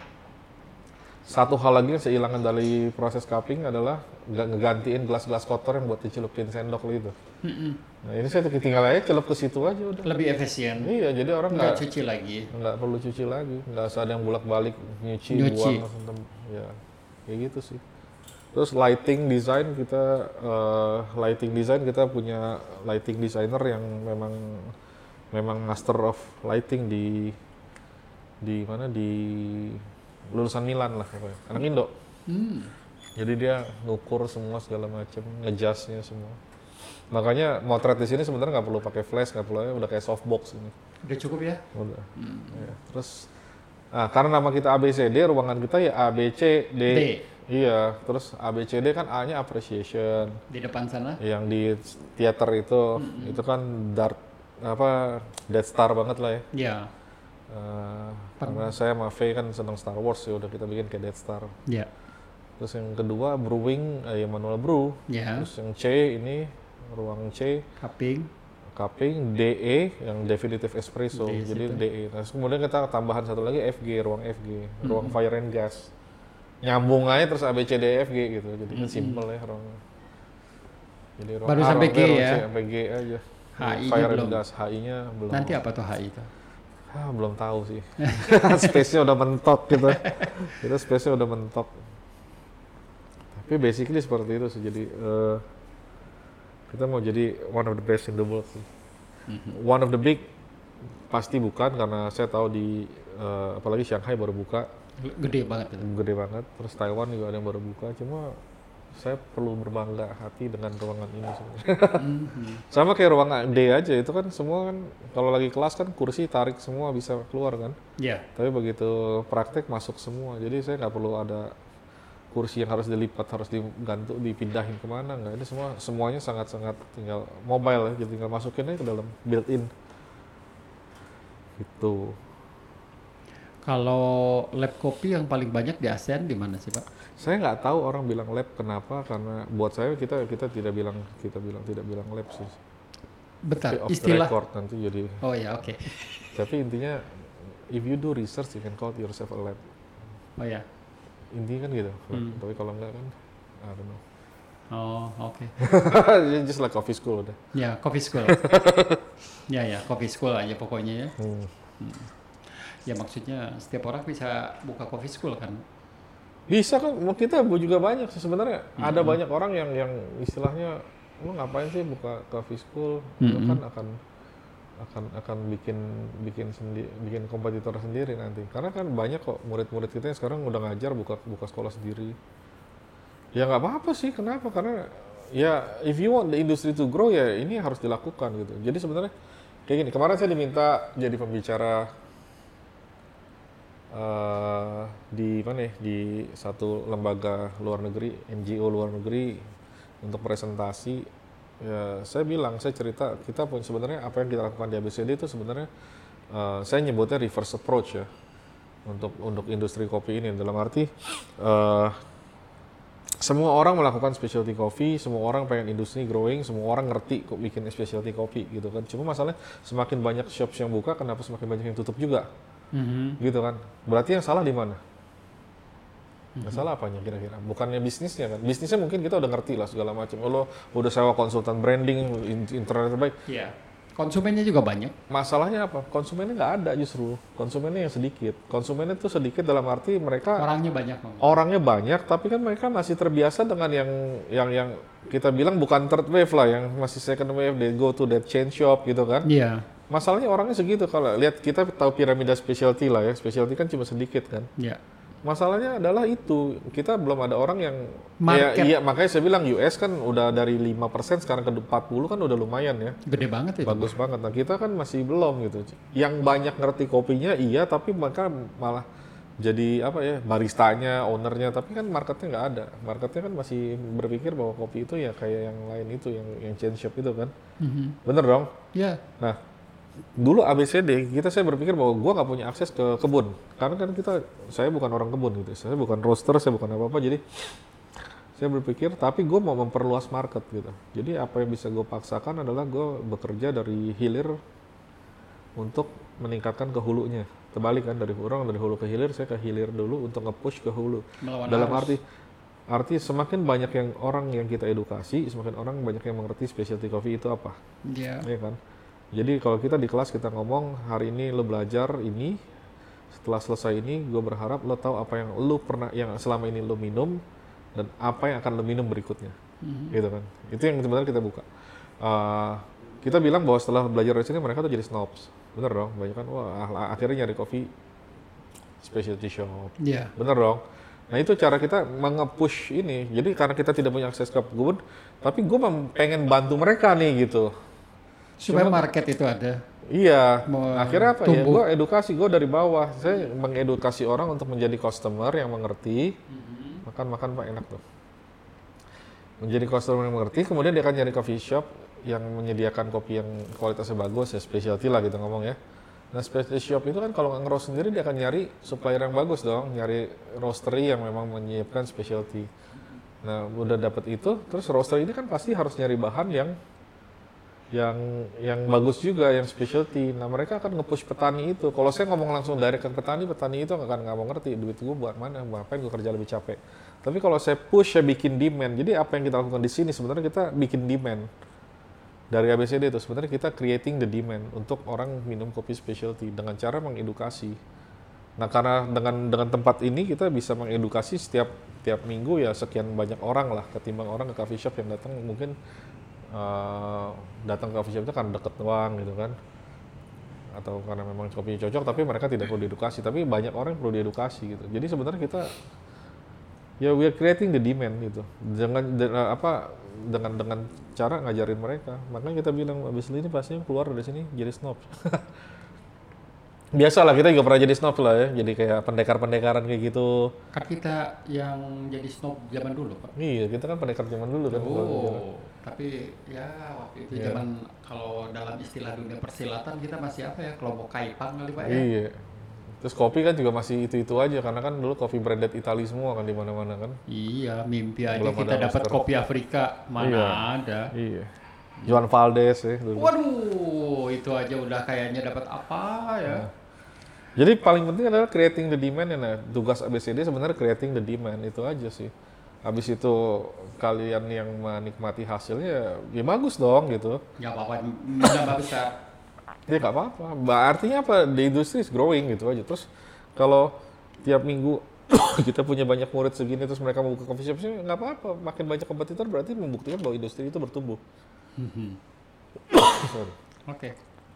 satu hal lagi yang saya hilangkan dari proses cupping adalah nggak ngegantiin gelas-gelas kotor yang buat dicelupin sendok gitu. Mm-mm. Nah ini saya tinggal aja celup ke situ aja udah. Lebih efisien. Iya, jadi orang Nggak nggak cuci lagi. nggak perlu cuci lagi, nggak usah ada yang bolak-balik nyuci, Nyuci. buang, langsung tem- ya kayak gitu sih. Terus lighting design kita eh, lighting design kita punya lighting designer yang memang memang master of lighting di di mana di lulusan Milan lah pokoknya, anak Indo. Hmm. Jadi dia ngukur semua segala macam, ngejasnya semua. Makanya motret di sini sebenarnya nggak perlu pakai flash, nggak perlu, udah kayak softbox ini. Udah cukup ya? Udah. Ya. Terus, ah, karena nama kita A B C D, ruangan kita ya A B C D. D. Iya. Terus A B C D kan A-nya appreciation. Di depan sana? Yang di theater itu, itu kan dark apa Death Star banget lah ya. Ya. Uh, karena saya sama Faye kan senang Star Wars ya udah kita bikin kayak Death Star. Ya. Terus yang kedua brewing, eh, ya manual brew. Ya. Terus yang C ini ruang C, Cupping. cupping, D E yang definitive espresso. D E Jadi situ. D E. Nah, terus kemudian kita tambahan satu lagi F G, ruang F G, ruang fire and gas. Nyambung aja terus A B C D E F G gitu. Jadi kan simple ya ruang. Jadi ruang Baru A, sampai ruang B, G ruang ya? C, sampai G aja. H I-nya Fire belum. and gas, H I-nya belum. Nanti apa tuh H I itu? Ah, belum tahu sih. Space-nya udah mentok gitu. Kita space-nya udah mentok. Tapi basically seperti itu sih. Jadi eh, kita mau jadi one of the best in the world sih. One of the big pasti bukan, karena saya tahu di eh, apalagi Shanghai baru buka, Gede banget itu. gede banget. Terus Taiwan juga ada yang baru buka. Cuma saya perlu berbangga hati dengan ruangan ini sebenarnya. Sama kayak ruang D aja, itu kan semua kan kalau lagi kelas kan kursi tarik semua bisa keluar kan. Ya. Tapi begitu praktek masuk semua, jadi saya nggak perlu ada kursi yang harus dilipat, harus digantung, dipindahin kemana, nggak. Ini semua semuanya sangat-sangat tinggal mobile ya, jadi tinggal masukin aja ke dalam built-in. Gitu. Kalau lab kopi yang paling banyak di ASEAN di mana sih Pak? Saya nggak tahu orang bilang lab kenapa, karena buat saya kita kita tidak bilang kita bilang tidak bilang lab sih. Bentar, Tapi off the istilah. record nanti jadi. Oh ya, oke. Tapi intinya if you do research you can call yourself a lab. Oh ya. Intinya kan gitu. Hmm. Tapi kalau enggak kan I don't know. Oh, oke. Just like coffee school udah. Ya, coffee school. Ya, ya, coffee school aja pokoknya ya. Hmm. Ya maksudnya setiap orang bisa buka coffee school kan? Bisa kan, mau kita bu- juga banyak sih sebenarnya. Ada banyak orang yang yang istilahnya lu ngapain sih buka coffee school? Lu Mm-mm. kan akan akan akan bikin bikin sendi, bikin kompetitor sendiri nanti. Karena kan banyak kok murid-murid kita yang sekarang udah ngajar buka buka sekolah sendiri. Ya nggak apa-apa sih, kenapa? Karena ya if you want the industry to grow ya ini harus dilakukan gitu. Jadi sebenarnya kayak gini, kemarin saya diminta jadi pembicara uh, di mana ya, di satu lembaga luar negeri, N G O luar negeri untuk presentasi. Ya saya bilang, saya cerita kita pun sebenarnya apa yang kita lakukan di A B C D itu sebenarnya uh, saya nyebutnya reverse approach ya untuk untuk industri kopi ini, dalam arti uh, semua orang melakukan specialty coffee, semua orang pengen industri growing, semua orang ngerti kok bikin specialty coffee gitu kan. Cuma masalahnya semakin banyak shops yang buka, kenapa semakin banyak yang tutup juga? Mm-hmm. Gitu kan. Berarti yang salah di mana? Mm-hmm. Yang salah apanya kira-kira? Bukannya bisnisnya kan? Bisnisnya mungkin kita udah ngerti lah segala macam. Lo udah sewa konsultan branding, internet terbaik. Iya. Yeah. Konsumennya juga banyak. Masalahnya apa? Konsumennya nggak ada justru. Konsumennya yang sedikit. Konsumennya tuh sedikit dalam arti mereka orangnya banyak. Orangnya banyak, tapi kan mereka masih terbiasa dengan yang yang yang kita bilang bukan third wave lah, yang masih second wave. They go to that chain shop gitu kan. Iya. Yeah. Masalahnya orangnya segitu. Kalau lihat kita tahu piramida specialty lah ya. Specialty kan cuma sedikit kan. Iya. Yeah. Masalahnya adalah itu, kita belum ada orang yang market. Ya, iya, makanya saya bilang U S kan udah dari lima persen sekarang ke empat puluh kan udah lumayan ya. Gede banget itu. Bagus banget. Nah, kita kan masih belum gitu. Yang banyak ngerti kopinya iya, tapi mereka malah jadi apa ya, baristanya, ownernya, tapi kan marketnya nggak ada. Marketnya kan masih berpikir bahwa kopi itu ya kayak yang lain itu, yang yang chain shop itu kan. Mm-hmm. Bener dong? Iya. Yeah. Nah, dulu A B C D kita saya berpikir bahwa gua nggak punya akses ke kebun, karena kan kita saya bukan orang kebun gitu, saya bukan roaster, saya bukan apa-apa, jadi saya berpikir tapi gue mau memperluas market gitu. Jadi apa yang bisa gue paksakan adalah gue bekerja dari hilir untuk meningkatkan ke hulunya. Terbalik kan, dari orang dari hulu ke hilir, saya ke hilir dulu untuk nge-push ke hulu. Melawan dalam arus. arti arti semakin banyak yang orang yang kita edukasi, semakin orang banyak yang mengerti specialty coffee itu apa. Iya. Yeah. Ya kan? Jadi kalau kita di kelas kita ngomong hari ini lo belajar ini, setelah selesai ini gue berharap lo tahu apa yang lo pernah, yang selama ini lo minum dan apa yang akan lo minum berikutnya, mm-hmm. gitu kan. Itu yang sebenarnya kita buka. Uh, kita bilang bahwa setelah belajar dari sini mereka tuh jadi snobs, bener dong. Banyak kan, wah akhirnya nyari kopi specialty shop, yeah. Bener dong. Nah itu cara kita menge-push ini. Jadi karena kita tidak punya akses ke kebun, tapi gue pengen bantu mereka nih gitu. Supaya Cuma, market itu ada. Iya. Akhirnya apa tumbuh. ya? Gue edukasi, gue dari bawah. Saya mengedukasi orang untuk menjadi customer yang mengerti. Mm-hmm. Makan-makan Pak enak tuh. Menjadi customer yang mengerti, kemudian dia akan nyari coffee shop yang menyediakan kopi yang kualitasnya bagus, ya specialty lah gitu ngomong ya. Nah specialty shop itu kan kalau nggak nge-roast sendiri dia akan nyari supplier yang bagus dong, nyari roastery yang memang menyiapkan specialty. Nah udah dapet itu, terus roastery ini kan pasti harus nyari bahan yang yang yang bagus juga, yang specialty. Nah mereka akan nge-push petani itu. Kalau saya ngomong langsung direct ke petani, petani itu nggak akan nggak mau ngerti duit gue buat mana, ngapain gue kerja lebih capek. Tapi kalau saya push, saya bikin demand. Jadi apa yang kita lakukan di sini sebenarnya kita bikin demand dari A B C D itu. Sebenarnya kita creating the demand untuk orang minum kopi specialty dengan cara mengedukasi. Nah karena dengan dengan tempat ini kita bisa mengedukasi setiap tiap minggu ya sekian banyak orang lah, ketimbang orang ke coffee shop yang datang mungkin Uh, datang ke coffee shop itu karena deket doang gitu kan, atau karena memang kopinya cocok tapi mereka tidak perlu diedukasi, tapi banyak orang yang perlu diedukasi gitu. Jadi sebenarnya kita ya we are creating the demand gitu dengan de, apa dengan dengan cara ngajarin mereka. Makanya kita bilang abis ini pastinya keluar dari sini jadi snob. Biasalah kita juga pernah jadi snob lah ya, jadi kayak pendekar-pendekaran kayak gitu. Kan kita yang jadi snob zaman dulu Pak. Iya, kita kan pendekar zaman dulu kan. Oh, tapi ya waktu itu yeah. Zaman kalau dalam istilah dunia persilatan kita masih apa ya, kelompok kaipang kali Pak ya. Iya. Terus kopi kan juga masih itu-itu aja karena kan dulu kopi branded Italia semua kan di mana-mana kan. Iya, mimpi aja belum kita dapat kopi Afrika, mana iya. ada. Iya. Juan Valdez ya dulu. Waduh, itu aja udah kayaknya dapat apa ya. Nah. Jadi paling penting adalah creating the demand ya. Nah, tugas A B C D sebenarnya creating the demand itu aja sih. Habis itu kalian yang menikmati hasilnya ya bagus dong gitu. Gak apa-apa, nambah besar. Ya gak apa-apa. Artinya apa? The industry is growing gitu aja. Terus kalau tiap minggu kita punya banyak murid segini terus mereka mau buka coffee shop sih nggak apa-apa. Makin banyak kompetitor berarti membuktikan bahwa industri itu bertumbuh. Oke. Okay.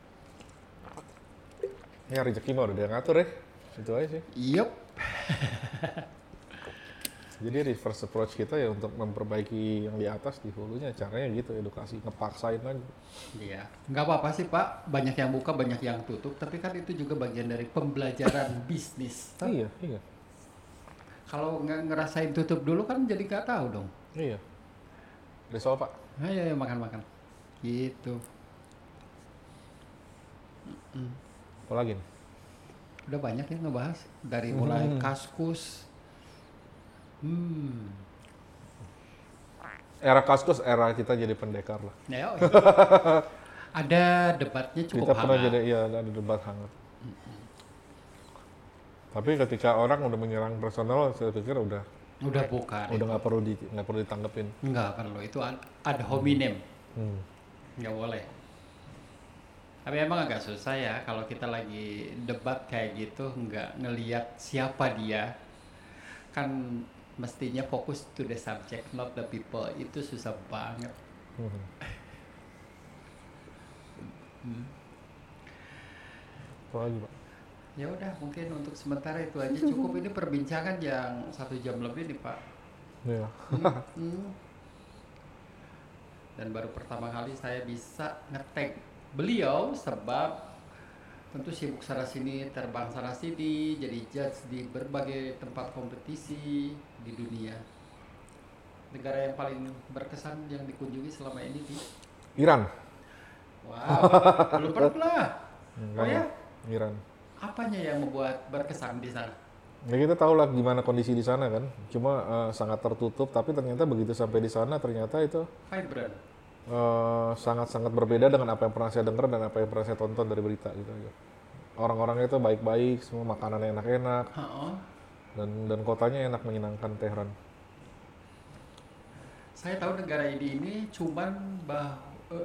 Ya rezeki mah udah dia ngatur ya. Itu aja sih. Yup. Jadi reverse approach kita ya untuk memperbaiki yang di atas di hulunya, caranya gitu, edukasi, ngepaksain aja. Iya, nggak apa-apa sih Pak, banyak yang buka, banyak yang tutup, tapi kan itu juga bagian dari pembelajaran bisnis. Toh, Iya, iya, kalau nggak ngerasain tutup dulu kan jadi nggak tahu dong. iya. Risol Pak. Ayo, ayo makan-makan. Gitu. Apa lagi nih? Udah banyak ya ngebahas dari mulai Kaskus. Hmm. Era Kaskus, era kita jadi pendekar lah. Ya, oh, iya. Ada debatnya cukup Kita pernah hangat. jadi, iya ada debat hangat. Tapi ketika orang udah menyerang personal, saya pikir udah Udah bukan. udah nggak perlu di nggak perlu ditanggepin. Nggak perlu, itu ad, ad hominem. Hmm. Nggak boleh. Tapi emang agak susah ya kalau kita lagi debat kayak gitu nggak ngelihat siapa dia. Kan mestinya fokus to the subject, not the people. Itu susah banget. Hmm. Apa lagi Pak? Ya udah, mungkin untuk sementara itu aja cukup. Ini perbincangan yang satu jam lebih nih Pak. Iya. Hmm. Dan baru pertama kali saya bisa nge-tag beliau sebab tentu sibuk sana sini, terbang sana sini, jadi judge di berbagai tempat kompetisi di dunia. Negara yang paling berkesan yang dikunjungi selama ini di Iran. wow, belum pernah. Oh ya, Iran. apanya yang membuat berkesan di sana? Ya kita tahu lah gimana kondisi di sana kan. Cuma eh, sangat tertutup, tapi ternyata begitu sampai di sana ternyata itu Vibrant. eh, sangat-sangat berbeda dengan apa yang pernah saya dengar dan apa yang pernah saya tonton dari berita gitu aja. Orang-orangnya itu baik-baik, semua makanannya enak-enak, Ha-ha. dan dan kotanya enak, menyenangkan, Tehran. Saya tahu negara ini ini cuman bah eh,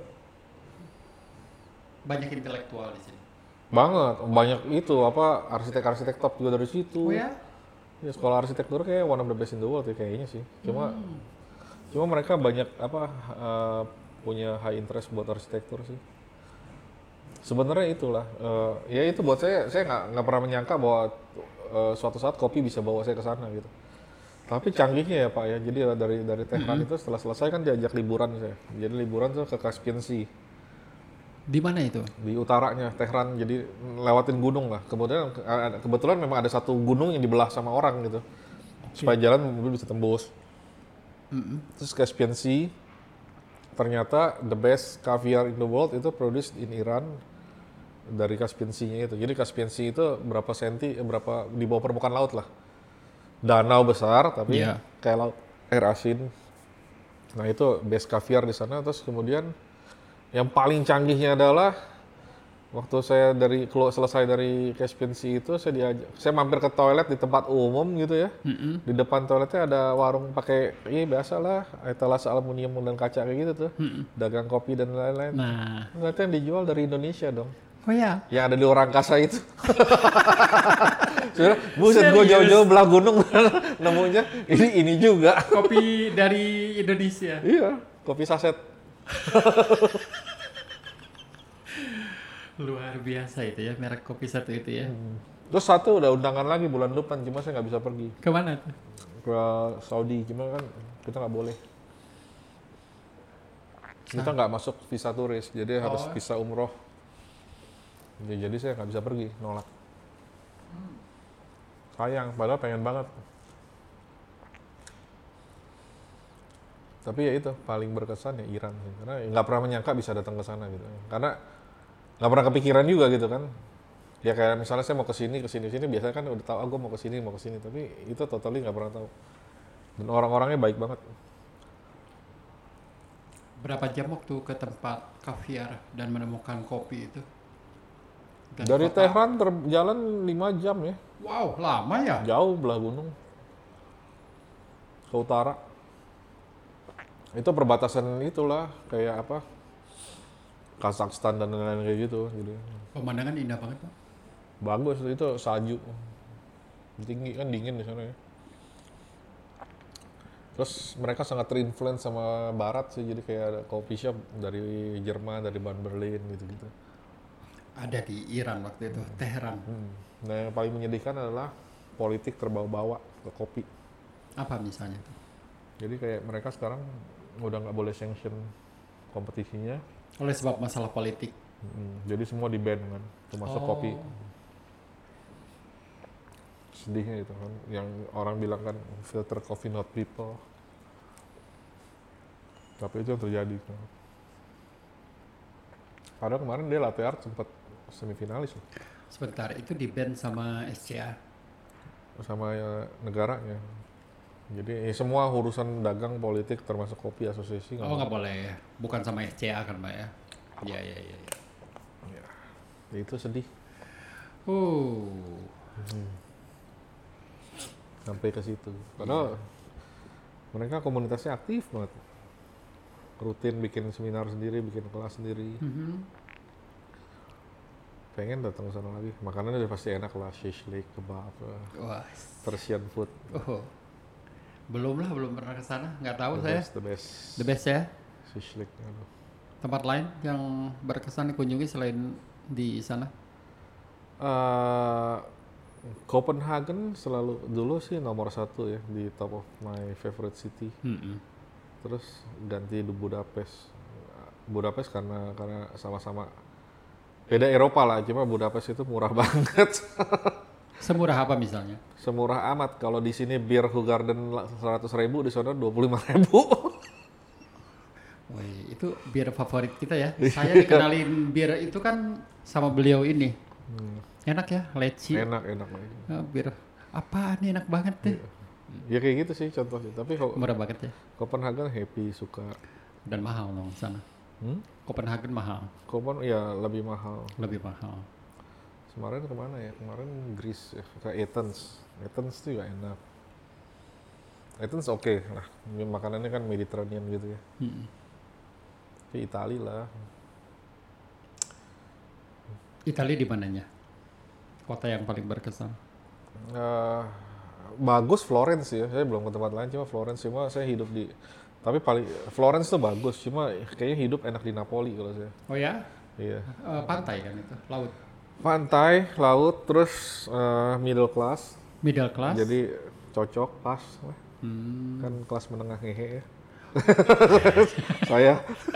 banyak intelektual di sini. Banget, banyak itu apa arsitek-arsitek top juga dari situ. Oh ya? Ya sekolah arsitektur kayak one of the best in the world ya kayaknya sih. Cuma cuma mereka banyak apa eh, punya high interest buat arsitektur sih. Sebenarnya itulah eh, ya itu buat saya saya nggak nggak pernah menyangka bahwa eh, suatu saat kopi bisa bawa saya ke sana gitu. Tapi canggihnya ya Pak ya. Jadi eh, dari dari Tehran itu setelah selesai kan diajak liburan saya. Jadi liburan tuh ke Caspian Sea. Di mana itu? Di utaranya Tehran, jadi lewatin gunung lah. Kemudian ke- kebetulan memang ada satu gunung yang dibelah sama orang gitu, supaya jalan mobil bisa tembus. Terus Caspian Sea, ternyata the best caviar in the world itu produced in Iran dari Caspian Sea-nya itu. Jadi Caspian Sea itu berapa senti, eh, berapa di bawah permukaan laut lah. Danau besar tapi Iya. kayak laut air asin. Nah itu best caviar di sana. Terus kemudian yang paling canggihnya adalah waktu saya dari keluar selesai dari Caspian Sea itu saya diajak, saya mampir ke toilet di tempat umum gitu ya. Di depan toiletnya ada warung pakai, iya biasa lah, etalase aluminium dan kaca kayak gitu tuh, dagang kopi dan lain-lain. Nah, Ternyata yang dijual dari Indonesia dong, oh ya. yang ada di orang kasa itu. Sudah, buset gue Serius? jauh-jauh belah gunung nemunya ini ini juga. Kopi dari Indonesia. Iya, kopi saset. Luar biasa itu ya, merek kopi satu itu ya. Terus satu udah undangan lagi bulan depan, cuma saya nggak bisa pergi Kemana tuh? ke Saudi, cuma kan kita nggak boleh. Kita nggak masuk visa turis, jadi harus Oh. visa umroh. Ya, jadi saya nggak bisa pergi, nolak. Sayang, padahal pengen banget. Tapi ya itu paling berkesan ya Iran sih, karena nggak pernah menyangka bisa datang ke sana gitu. Karena nggak pernah kepikiran juga gitu kan. Ya kayak misalnya saya mau ke sini, ke sini, sini biasanya kan udah tahu, ah, gue mau ke sini, mau ke sini, tapi itu totally nggak pernah tahu. Dan orang-orangnya baik banget. Berapa jam waktu ke tempat kaviar dan menemukan kopi itu? Dan Dari kota- Tehran terjalan lima jam ya, Wow, lama ya? jauh belah gunung ke utara. Itu perbatasan itulah kayak apa? Kazakhstan dan lain-lain kayak gitu. Jadi Pemandangan indah banget Pak. bagus itu salju. Tinggi kan dingin di sana ya. Terus mereka sangat terinfluence sama barat sih, jadi kayak ada coffee shop dari Jerman, dari Ban Berlin gitu-gitu. Ada di Iran waktu itu, Teheran. Hmm. Nah yang paling menyedihkan adalah politik terbawa-bawa ke kopi. Apa misalnya tuh? Jadi kayak mereka sekarang udah nggak boleh sanction kompetisinya. Oleh sebab masalah politik. Mm, jadi semua di ban kan, termasuk Oh. kopi. Sedihnya itu kan, yang orang bilang kan filter coffee not people. Tapi itu yang terjadi. Padahal kemarin dia latte art sempat semifinalis loh. Sebentar, itu di ban sama S C A. Sama ya, negaranya. Jadi ya, semua urusan dagang politik termasuk kopi asosiasi Oh nggak boleh ya, bukan sama S C A kan Mbak ya? Iya iya iya. Ya. Ya, ya itu sedih. Uh. Hmm. Sampai ke situ. Padahal yeah. mereka komunitasnya aktif banget. Rutin bikin seminar sendiri, bikin kelas sendiri. Mm-hmm. Pengen datang ke sana lagi. Makanannya udah pasti enak lah, shishlik, kebab, Wah. Persian food. Oh. Belum lah, belum pernah ke sana. Nggak tahu the saya. Best, the best. The best ya. Shishlik. Tempat lain yang berkesan dikunjungi selain di sana? Uh, Copenhagen selalu dulu sih nomor satu ya di top of my favorite city. Mm-hmm. Terus ganti di Budapest. Budapest karena karena sama-sama beda Eropa lah, cuma Budapest itu murah banget. Semurah apa misalnya? Semurah amat. Kalau di sini bir Hugarden seratus ribu, di sana dua puluh lima ribu. Wih, itu bir favorit kita ya. Saya dikenalin bir itu kan sama beliau ini. Hmm. Enak ya, leci. Enak, enak. Oh, bir apa nih enak banget deh. Ya kayak gitu sih contohnya. Tapi kok murah banget ya. Copenhagen happy, suka. Dan mahal dong sana. Hmm? Copenhagen mahal. Copen ya lebih mahal. Lebih mahal. Kemarin kemana ya? Kemarin Greece ya, ke Athens. Athens tuh juga enak. Athens oke okay lah. Makanannya kan Mediterranean gitu ya. Hmm. Tapi Italia lah. Italia di mananya? Kota yang paling berkesan? Uh, bagus Florence ya. Saya belum ke tempat lain, cuma Florence. Cuma saya hidup di, tapi paling Florence tuh bagus. Cuma kayaknya hidup enak di Napoli kalau saya. Oh ya? Iya. Uh, pantai kan itu, laut. Pantai, laut, terus uh, middle class. Middle class. Jadi cocok, pas. Hmm. Kan kelas menengah ngehe ya. Saya.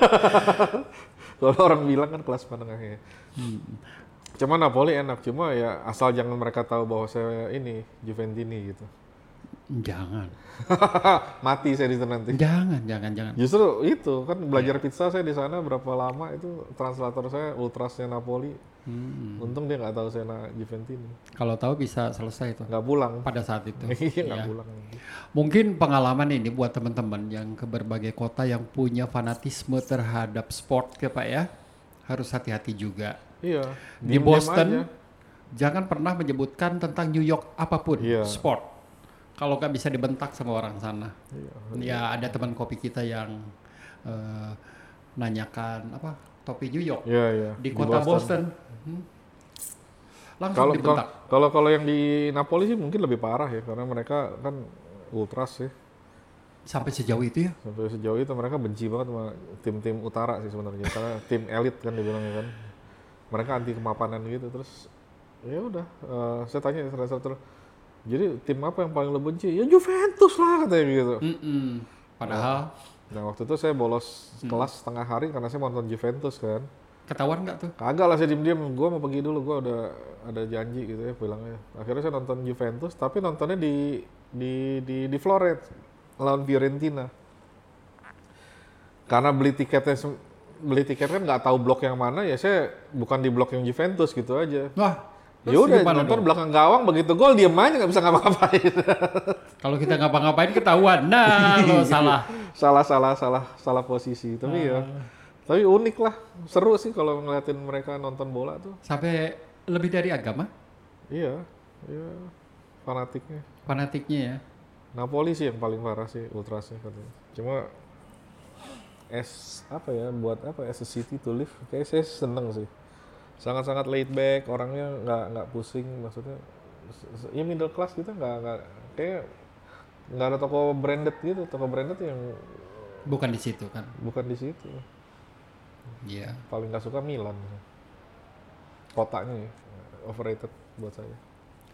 Kalau orang bilang kan kelas menengah ngehe. Hmm. Cuma Napoli enak, cuma ya asal jangan mereka tahu bahwa saya ini Juventini gitu. Jangan. Mati saya di sana nanti. Jangan, jangan, jangan. Justru itu kan belajar pizza saya di sana berapa lama itu translator saya ultrasnya Napoli. Hmm. Untung dia nggak tahu saya na Juventini. Kalau tahu bisa selesai itu. Nggak pulang. Pada saat itu. Iya nggak ya. pulang. Mungkin pengalaman ini buat teman-teman yang ke berbagai kota yang punya fanatisme terhadap sport ya Pak ya. Harus hati-hati juga. Iya. Di Boston, jangan pernah menyebutkan tentang New York apapun iya. sport. Kalau nggak bisa dibentak sama orang sana. Iya, ya ada teman kopi kita yang uh, nanyakan apa topi New York iya, iya. di kota di Boston. Boston. Hmm. Langsung kalo, dibentak. Kalau kalau yang di Napoli sih mungkin lebih parah ya karena mereka kan ultras ya. Sampai sejauh itu ya? Sampai sejauh itu mereka benci banget sama tim-tim utara sih sebenarnya karena tim elit kan dibilangnya kan. Mereka anti kemapanan gitu terus ya udah uh, saya tanya terus jadi tim apa yang paling lo benci ya Juventus lah katanya gitu. Mm-mm. Padahal nah waktu itu saya bolos mm. kelas setengah hari karena saya nonton Juventus kan. Ketahuan nggak tuh? Kagak lah, saya diem-diem, gue mau pergi dulu, gue udah ada janji gitu ya bilangnya. Akhirnya saya nonton Juventus tapi nontonnya di di di di Florence lawan Fiorentina. Karena beli tiketnya beli tiket kan nggak tahu blok yang mana ya, saya bukan di blok yang Juventus gitu aja. Wah, ya udah nonton dong? Belakang gawang, begitu gol diem aja nggak bisa ngapa-ngapain. Kalau kita ngapa-ngapain ketahuan, nah lo salah. salah salah salah salah posisi. Tapi uh. ya, tapi unik lah, seru sih kalau ngeliatin mereka nonton bola tuh. Sampai lebih dari agama? Iya, iya fanatiknya. Fanatiknya ya. Napoli sih yang paling parah sih ultrasnya katanya. Cuma as apa ya buat apa as a city to live kayak saya seneng sih, sangat-sangat laid back, orangnya nggak nggak pusing, maksudnya ya middle class gitu, nggak nggak kayak nggak ada toko branded gitu, toko branded yang bukan di situ kan, bukan di situ. Iya. Yeah. Paling nggak suka Milan, kotanya ya, overrated buat saya.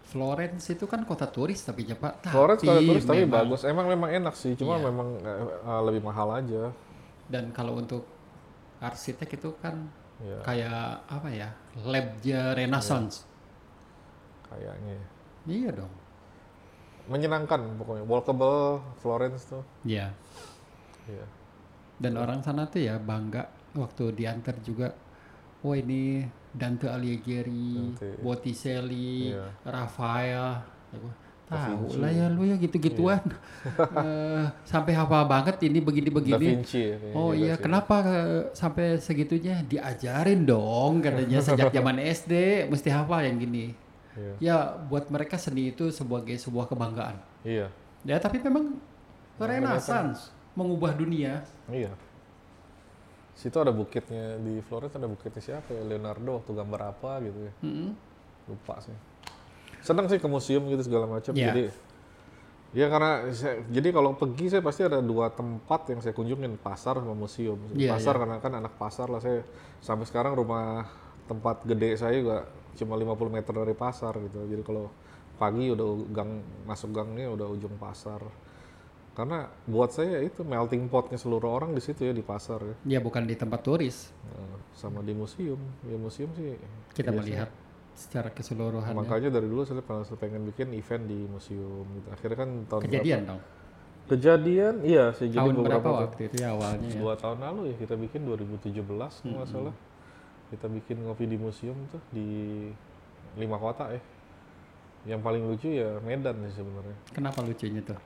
Florence itu kan kota turis tapi ya Pak, Florence kalau tapi turis tapi memang bagus, emang memang enak sih, cuma iya. memang eh, eh, lebih mahal aja. Dan kalau untuk arsitek itu kan Ya, kayak apa ya? Labnya ya Renaissance. kayaknya. Ya. Iya dong. Menyenangkan pokoknya, walkable Florence tuh. Iya. Iya. Dan orang sana tuh ya bangga waktu diantar juga. Oh ini Dante Alighieri, Nanti, Botticelli, iya. Raphael. Aku, Da tahu Vinci. lah ya lu ya gitu-gituan. Eh, sampai hafal banget ini Da begini-begini. Vinci ya, kayaknya Oh juga iya, sih. kenapa eh, sampai segitunya? Diajarin dong katanya sejak zaman S D mesti hafal yang gini. Iya. Ya buat mereka seni itu sebagai sebuah kebanggaan. Iya. Ya tapi memang Namanya Renaissance mengubah dunia. Iya. Situ ada bukitnya di Florence, ada bukitnya siapa ya? Leonardo waktu gambar apa gitu ya. Mm-mm. Lupa sih. Senang sih ke museum gitu segala macam. Iya. Jadi ya karena saya, jadi kalau pergi saya pasti ada dua tempat yang saya kunjungin, pasar sama museum. Iya, Pasar iya. karena kan anak pasar lah, saya sampai sekarang rumah tempat gede saya juga cuma lima puluh meter dari pasar gitu. Jadi kalau pagi udah gang masuk gangnya udah ujung pasar. Karena buat saya itu melting potnya seluruh orang di situ ya, di pasar ya. Ya bukan di tempat turis. Nah, sama di museum. Ya museum sih Kita biasa. melihat secara keseluruhan. Makanya dari dulu saya pernah pengen bikin event di museum gitu. Akhirnya kan tahun Kejadian berapa? dong. Kejadian, iya sih. Jadi Tahun beberapa berapa tahun- waktu itu ya awalnya ya? dua tahun lalu ya kita bikin dua ribu tujuh belas kalau nggak salah. Kita bikin ngopi di museum tuh di lima kota ya. Yang paling lucu ya Medan sih sebenarnya. Kenapa lucunya tuh?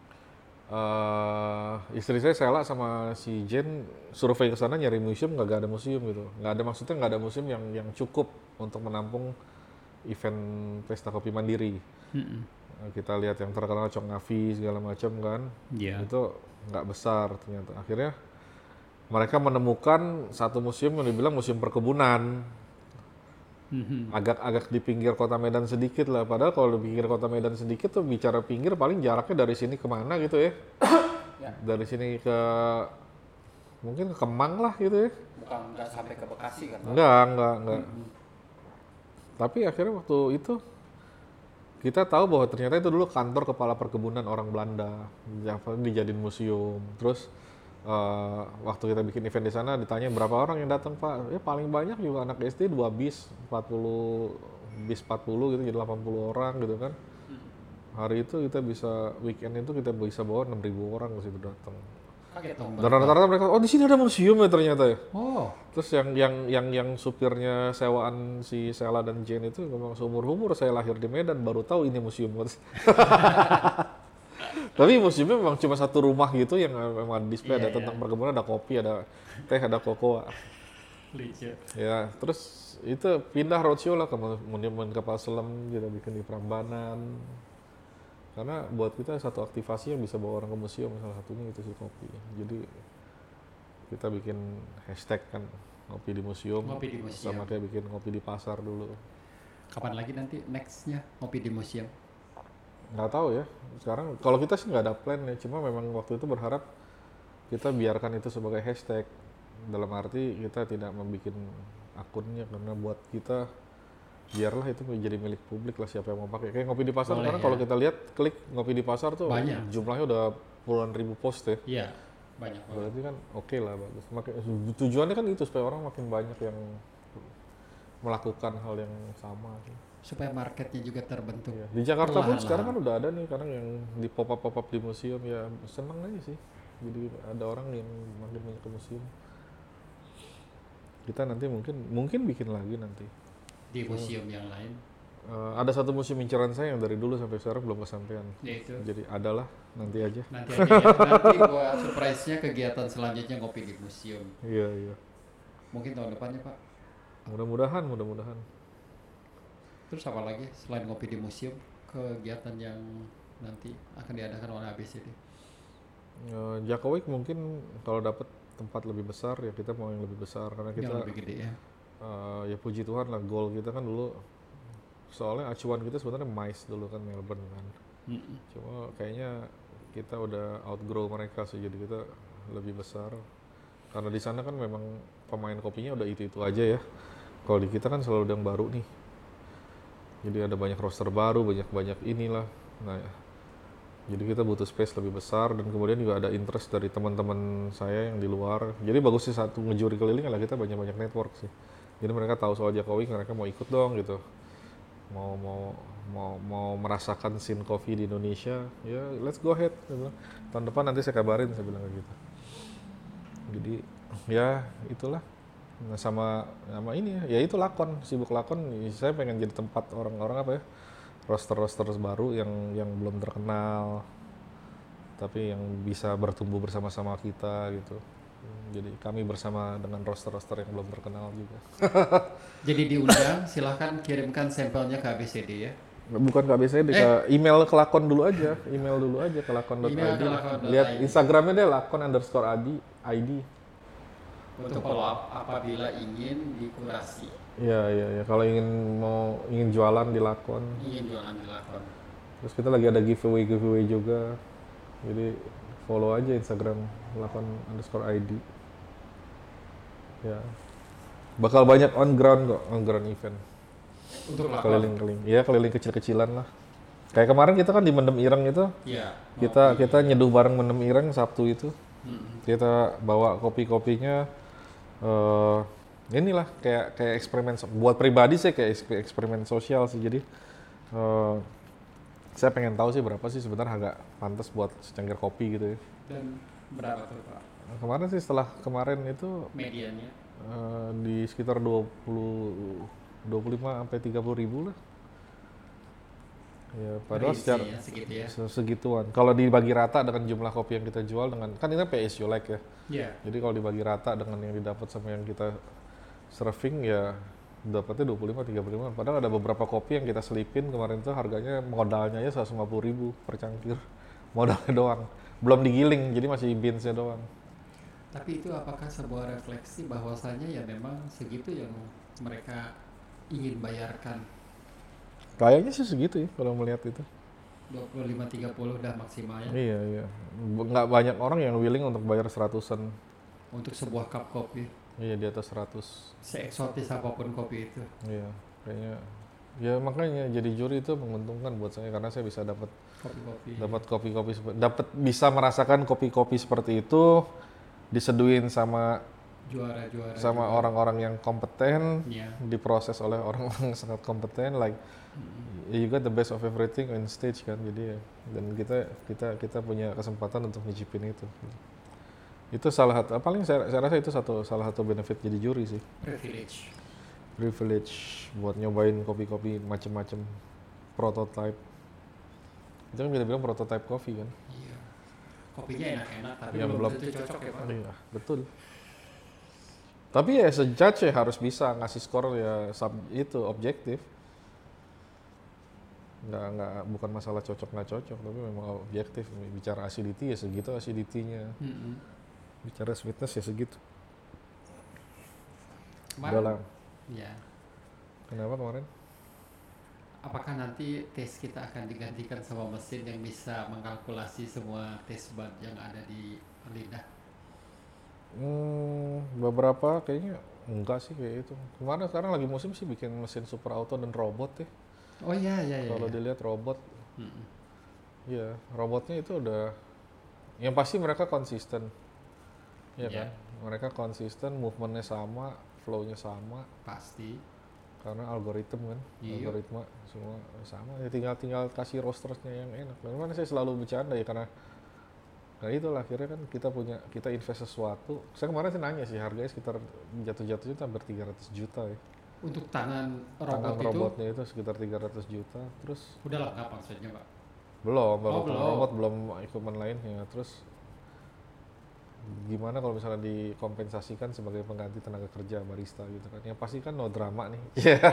eh istri saya Sela sama si Jen survei ke sana nyari museum, nggak ada museum gitu, nggak ada, maksudnya nggak ada museum yang yang cukup untuk menampung event pesta kopi mandiri. Mm-mm. Eh, kita lihat yang terkenal Chong Afi segala macam kan, Iya. itu nggak besar ternyata. Akhirnya mereka menemukan satu museum yang dibilang museum perkebunan, Mhm. agak-agak di pinggir kota Medan sedikit lah. Padahal kalau di pinggir kota Medan sedikit tuh bicara pinggir paling jaraknya dari sini kemana gitu ya. Dari sini ke mungkin ke Kemang lah gitu ya. Bukan nggak sampai ke Bekasi kan? Enggak, enggak, enggak. Tapi akhirnya waktu itu kita tahu bahwa ternyata itu dulu kantor kepala perkebunan orang Belanda yang dijadiin museum. Terus eh, waktu kita bikin event di sana ditanya berapa orang yang datang Pak? Ya paling banyak juga anak S D dua bis, empat puluh bis empat puluh gitu, jadi delapan puluh orang gitu kan. Hari itu kita bisa, weekend itu kita bisa bawa enam ribu orang ke situ datang. Kaget dong. Dan rata-rata mereka, oh di sini ada museum ya ternyata ya. Oh, Terus yang yang yang yang supirnya sewaan si Sela dan Jane itu ngomong seumur-umur saya lahir di Medan baru tahu ini museum. Tapi museumnya memang cuma satu rumah gitu yang memang ada display, Iya, ada tentang perkebunan, ada kopi, ada teh, ada kokoa. lucu. Ya, terus itu pindah roadshow lah ke Monumen Kapal Selam, kita bikin di Prambanan. Karena buat kita satu aktivasi yang bisa bawa orang ke museum, salah satunya itu sih kopi. Jadi kita bikin hashtag kan, ngopi di museum, Ngopi di museum. sama kayak bikin ngopi di pasar dulu. Kapan lagi nanti nextnya ngopi di museum? Nggak tahu ya, sekarang kalau kita sih nggak ada plan ya, cuma memang waktu itu berharap kita biarkan itu sebagai hashtag, dalam arti kita tidak membuat akunnya, karena buat kita biarlah itu menjadi milik publik lah, siapa yang mau pakai. Kayak ngopi di pasar Boleh, sekarang ya. kalau kita lihat klik ngopi di pasar tuh Banyak. jumlahnya udah puluhan ribu post ya. Iya, banyak banget. Berarti kan oke lah, bagus. Mak- tujuannya kan itu supaya orang makin banyak yang melakukan hal yang sama. Supaya marketnya juga terbentuk. Iya. Di Jakarta pun Perlahan-lahan. sekarang kan udah ada nih, kadang yang di pop up pop up di museum, ya seneng aja sih. Jadi ada orang yang makin banyak ke museum. Kita nanti mungkin mungkin bikin lagi nanti. Di museum yang lain. Eh, ada satu museum inceran saya yang dari dulu sampai sekarang belum kesampaian. Yaitu Jadi adalah nanti aja. nanti aja ya. Nanti buat surprise-nya kegiatan selanjutnya ngopi di museum. Iya iya. Mungkin tahun depannya Pak. Mudah-mudahan, mudah-mudahan. Terus apa lagi selain ngopi di museum, kegiatan yang nanti akan diadakan oleh A B C D? Eh, Jakowik mungkin kalau dapat tempat lebih besar ya kita mau yang lebih besar, karena kita Yang lebih gede ya. eh, ya puji Tuhan lah, goal kita kan dulu, soalnya acuan kita sebenarnya MICE dulu kan, Melbourne kan. Mm-mm. Cuma kayaknya kita udah outgrow mereka sih, jadi kita lebih besar. Karena di sana kan memang pemain kopinya udah itu-itu aja ya. Kalau di kita kan selalu ada yang baru nih. Jadi ada banyak roster baru, banyak-banyak inilah. Nah, jadi kita butuh space lebih besar dan kemudian juga ada interest dari teman-teman saya yang di luar. Jadi bagus sih satu ngejuri keliling adalah kita banyak-banyak network sih. Jadi mereka tahu soal Jokowi, mereka mau ikut dong gitu. Mau mau mau mau merasakan scene coffee di Indonesia, ya let's go ahead. Saya bilang, tahun depan nanti saya kabarin, saya bilang kayak gitu. Jadi ya itulah. Nah, sama sama ini ya, ya itu lakon, sibuk lakon. Saya pengen jadi tempat orang-orang apa ya, roster-roster baru yang yang belum terkenal, tapi yang bisa bertumbuh bersama-sama kita gitu. Jadi kami bersama dengan roster-roster yang belum terkenal juga. Jadi diundang, silahkan kirimkan sampelnya ke A B C D ya. Bukan ke A B C D, Eh. ke email ke lakon dulu aja, email dulu aja ke lakon dot Email i d. ke lakon dot i d. Lihat Instagramnya deh lakon underscore id I D. Untuk follow up apabila ingin dikurasi, Iya iya ya. Kalau ingin mau ingin jualan di lakon. ingin jualan di lakon. Terus kita lagi ada giveaway giveaway juga. Jadi follow aja Instagram lakon underscore I D. Ya. Bakal banyak on ground kok, on ground event. Untuk lakon. Keliling-keliling. Ya keliling kecil-kecilan lah. Kayak kemarin kita kan di Mendem Ireng itu. Iya. Kita kita nyeduh bareng Mendem Ireng Sabtu itu. Mm-mm. Kita bawa kopi-kopinya. Uh, inilah kayak kayak eksperimen so- buat pribadi sih kayak eksper- eksperimen sosial sih. Jadi uh, saya pengen tahu sih berapa sih sebenarnya harga pantas buat secangkir kopi gitu ya. Dan berapa tuh Pak Nah, kemarin sih setelah kemarin itu mediannya? uh, di sekitar dua puluh dua puluh lima sampai tiga puluh ribu lah. Ya, padahal Range secara ya, segitu ya. se- segituan. Kalau dibagi rata dengan jumlah kopi yang kita jual dengan kan ini kan P S U like ya. Iya. Jadi kalau dibagi rata dengan yang didapat sama yang kita serving ya dapatnya dua puluh lima tiga puluh lima. Padahal ada beberapa kopi yang kita selipin kemarin tuh harganya modalnya aja seratus lima puluh ribu per cangkir. Modalnya doang. Belum digiling, jadi masih beansnya doang. Tapi itu apakah sebuah refleksi bahwasanya ya memang segitu yang mereka ingin bayarkan? Kayaknya sih segitu ya kalau melihat itu. dua puluh lima tiga puluh udah maksimal ya. Iya, iya. B- Nggak banyak orang yang willing untuk bayar seratusan. Untuk sebuah cup kopi, Iya, di atas seratus. seeksotis apapun kopi itu. Iya, kayaknya. Ya makanya jadi juri itu menguntungkan buat saya karena saya bisa dapat Kopi-kopi. dapat kopi-kopi sepe- dapat bisa merasakan kopi-kopi seperti itu diseduhin sama Juara-juara. sama juga. orang-orang yang kompeten, Iya. diproses oleh orang-orang yang sangat kompeten, like you got the best of everything on stage kan. Jadi ya, dan kita kita kita punya kesempatan untuk nyicipin itu. Itu salah satu paling saya, saya rasa itu satu salah satu benefit jadi juri sih. Privilege. Privilege buat nyobain kopi-kopi macem-macem, prototype. Itu kan kita bilang prototype kopi kan. Iya. Kopinya enak-enak tapi Yang belum belum- tentu cocok ya Pak. Iya, betul. Tapi ya sejudge ya harus bisa ngasih skor ya sub, itu objektif. Nggak, nggak, bukan masalah cocok nggak cocok, tapi memang objektif. Bicara acidity ya segitu acidity-nya. Mm-mm. Bicara sweetness ya segitu. Kemarin, Udah lah. ya. Kenapa kemarin? Apakah nanti tes kita akan digantikan sama mesin yang bisa mengkalkulasi semua tes bud yang ada di lidah? Hmm, beberapa kayaknya enggak sih kayak itu. Kemarin sekarang lagi musim sih bikin mesin super auto dan robot ya. Oh iya iya iya. Kalau iya. dilihat robot, Mm-mm. ya robotnya itu udah, yang pasti mereka konsisten, ya Iya. kan? Mereka konsisten, movementnya sama, flow-nya sama, Pasti. karena algoritma kan, Iya. algoritma semua sama. Ya tinggal tinggal kasih rostersnya yang enak. Memang saya selalu bercanda ya karena, nah itulah akhirnya kan kita punya kita invest sesuatu. Saya kemarin sih nanya sih harganya sekitar jatuh-jatuhnya hampir tiga ratus juta ya. Untuk tangan robot Tangan itu robotnya itu sekitar tiga ratus juta. Terus udah lengkap maksudnya Pak. belum, baru Oh, tangan belum. robot belum equipment lainnya. Terus gimana kalau misalnya dikompensasikan sebagai pengganti tenaga kerja barista gitu kan? Yang pasti kan no drama nih.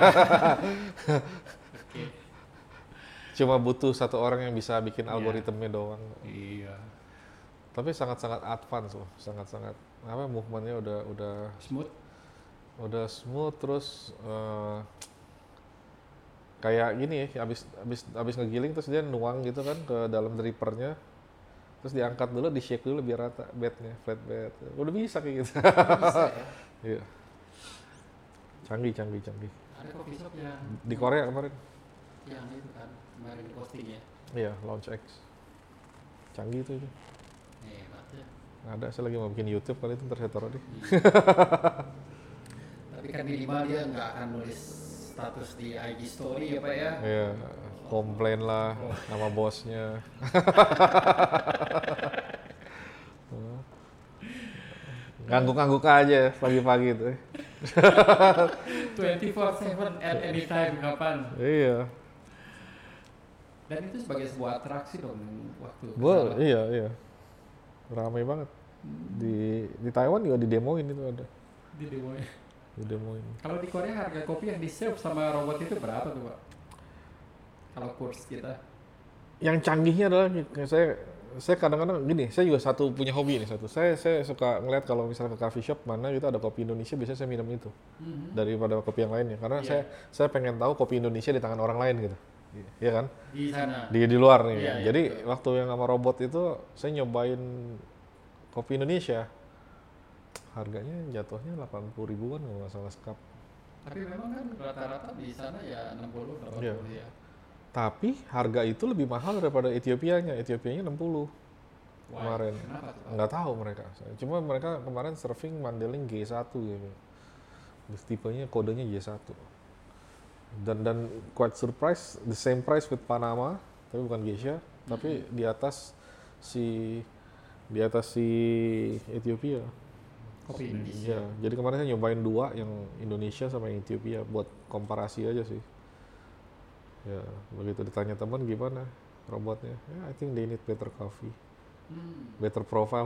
Oke. Cuma butuh satu orang yang bisa bikin Iya. algoritmnya doang. Iya. Tapi sangat-sangat advance loh, sangat-sangat apa movementnya udah udah Smooth. udah smooth terus eh, kayak gini ya, habis habis habis ngegiling terus dia nuang gitu kan ke dalam drippernya, terus diangkat dulu, di shake dulu biar rata bednya, flat bed, udah bisa kayak gitu. Bisa ya. Iya, canggih canggih canggih. Ada coffee shop yang Di Korea kemarin, Yang itu kan kemarin di posting ya. Iya, Launch X. Canggih tuh itu. Hebat ya. Ada, saya lagi mau bikin YouTube kali itu ntar saya taruh deh. Tapi kan minimal dia nggak akan nulis status di I G story ya Pak ya. Iya, komplain lah sama bosnya. Ngangguk-ngangguk aja pagi-pagi tuh. dua puluh four seven at any time kapan. Iya. Dan itu sebagai sebuah atraksi dong waktu Gua kesana. iya iya. Ramai banget. Di di Taiwan juga didemoin itu ada. Di demo ya. Didemoin. Kalau di Korea harga kopi yang di serve sama robot itu berapa tuh Pak? Kalau kurs kita. Yang canggihnya adalah saya saya kadang-kadang gini, saya juga satu punya hobi nih satu. Saya saya suka ngeliat kalau misalnya ke coffee shop mana gitu ada kopi Indonesia, biasanya saya minum itu Mm-hmm. daripada kopi yang lainnya. Karena Iya. saya saya pengen tahu kopi Indonesia di tangan orang lain gitu. Iya kan? Di sana. Di di luar nih. Iya, iya, Jadi betul. waktu yang sama robot itu saya nyobain kopi Indonesia. Harganya jatuhnya delapan puluh ribuan kalau nggak salah sekap. Tapi memang kan rata-rata di sana ya enam puluh delapan Iya. puluh ya. Tapi harga itu lebih mahal daripada Etiopianya. Etiopianya enam puluh Why? kemarin. Kenapa tuh Pak? Nggak tahu mereka. Cuma mereka kemarin serving Mandailing G satu gitu. Tipenya kodenya J satu. Dan dan quite surprise the same price with Panama, tapi bukan Geisha, tapi di atas si di atas si Ethiopia. Kopi Indonesia. Iya, jadi kemarin saya nyobain dua, yang Indonesia sama yang Ethiopia buat komparasi aja sih. Ya, begitu ditanya teman gimana robotnya, ya, I think they need better coffee, Hmm. better profile,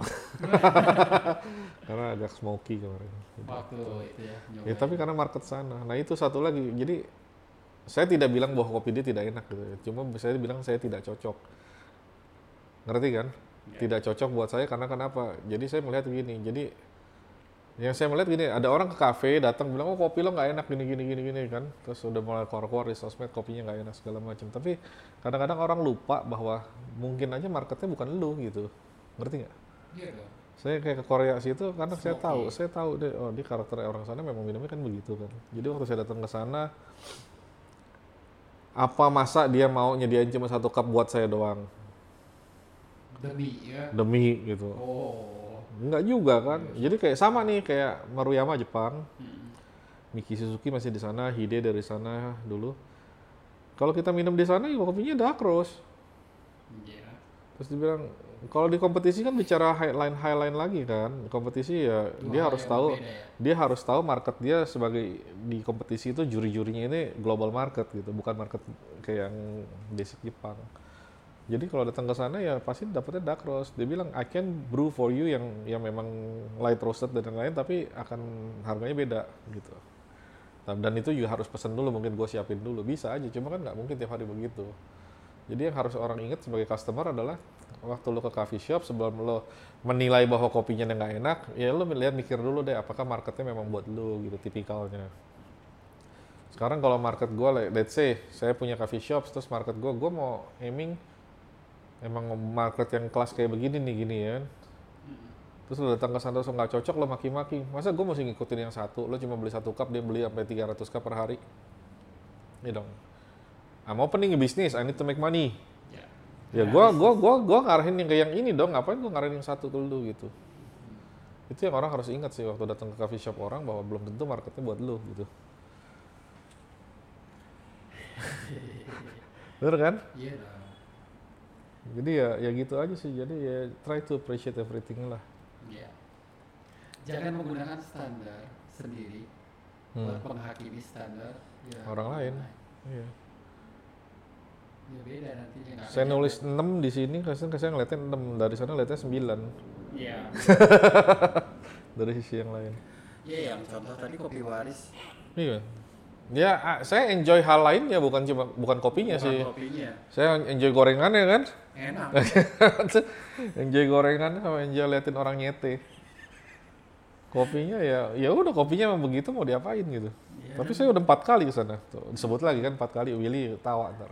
karena agak smoky kemarin. Waktu itu ya. Ya, nyobain. tapi karena market sana. Nah itu satu lagi, jadi saya tidak bilang bahwa kopi dia tidak enak gitu, cuma saya bilang saya tidak cocok. Ngerti kan? Ya. Tidak cocok buat saya karena kenapa? Jadi saya melihat gini, jadi yang saya melihat gini, ada orang ke kafe datang bilang, oh kopi lo nggak enak gini gini gini gini kan, terus udah mulai keluar-keluar di sosmed kopinya nggak enak segala macam. Tapi kadang-kadang orang lupa bahwa mungkin aja marketnya bukan lu gitu, ngerti nggak? Iya dong. Saya kayak ke Korea situ karena saya Smoky. tahu, saya tahu deh, oh di karakter orang sana memang minumnya kan begitu kan. Jadi waktu saya datang ke sana, apa masa dia mau nyediain cuma satu cup buat saya doang Demi ya. demi gitu? Oh. Enggak juga kan. Jadi kayak sama nih kayak Maruyama Jepang, Hmm. Miki Suzuki masih di sana, Hide dari sana dulu. Kalau kita minum di sana, ya kopinya dark roast. Iya. Terus dibilang, kalau di kompetisi kan bicara highline highline lagi kan. Kompetisi ya Dua dia hal harus yang tahu, berbeda ya. dia harus tahu market dia sebagai di kompetisi itu juri-jurinya ini global market gitu, bukan market kayak yang basic Jepang. Jadi kalau datang ke sana ya pasti dapetnya dark roast. Dia bilang I can brew for you yang yang memang light roasted dan lain-lain, tapi akan harganya beda gitu. Dan itu juga harus pesen dulu, mungkin gue siapin dulu, bisa aja. Cuma kan nggak mungkin tiap hari begitu. Jadi yang harus orang ingat sebagai customer adalah waktu lo ke coffee shop sebelum lo menilai bahwa kopinya nggak enak, ya lo lihat mikir dulu deh apakah marketnya memang buat lo gitu, tipikalnya. Sekarang kalau market gue, let's say saya punya coffee shop, terus market gue, gue mau aiming emang market yang kelas kayak begini nih gini ya. Terus lo datang ke sana terus nggak cocok, lo maki-maki. Masa gue mesti ngikutin yang satu? Lo cuma beli satu cup, dia beli sampai tiga ratus cup per hari. Iya dong. I'm opening a business, I need to make money. Ya. Ya gua gua gua gua ngarahin yang kayak yang ini dong, ngapain gua ngarahin yang satu dulu gitu. Itu yang orang harus ingat sih waktu datang ke coffee shop orang, bahwa belum tentu marketnya buat lu gitu. Bener kan? Iya dong. Jadi ya ya gitu aja sih. Jadi ya try to appreciate everything lah. Iya. Jangan menggunakan standar sendiri buat menghakimi standar ya, Orang lain. Iya. Ya beda nantinya. nggak Saya akan nulis enam di sini, kasih saya ngeliatin enam, dari sana ngeliatnya sembilan nyambung. Iya. dari sisi yang lain. Iya yang contoh tadi kopi waris. Iya. Ya, ah, saya enjoy hal lain ya, bukan cuma bukan kopinya Bukan sih. kopinya. Saya enjoy gorengannya kan. Enak. Enjoy gorengannya sama enjoy liatin orang nyete. Kopinya ya, ya udah kopinya emang begitu, mau diapain gitu. Iya. Tapi saya udah empat kali ke sana. Tuh, disebut lagi kan empat kali, Willy tawa ntar.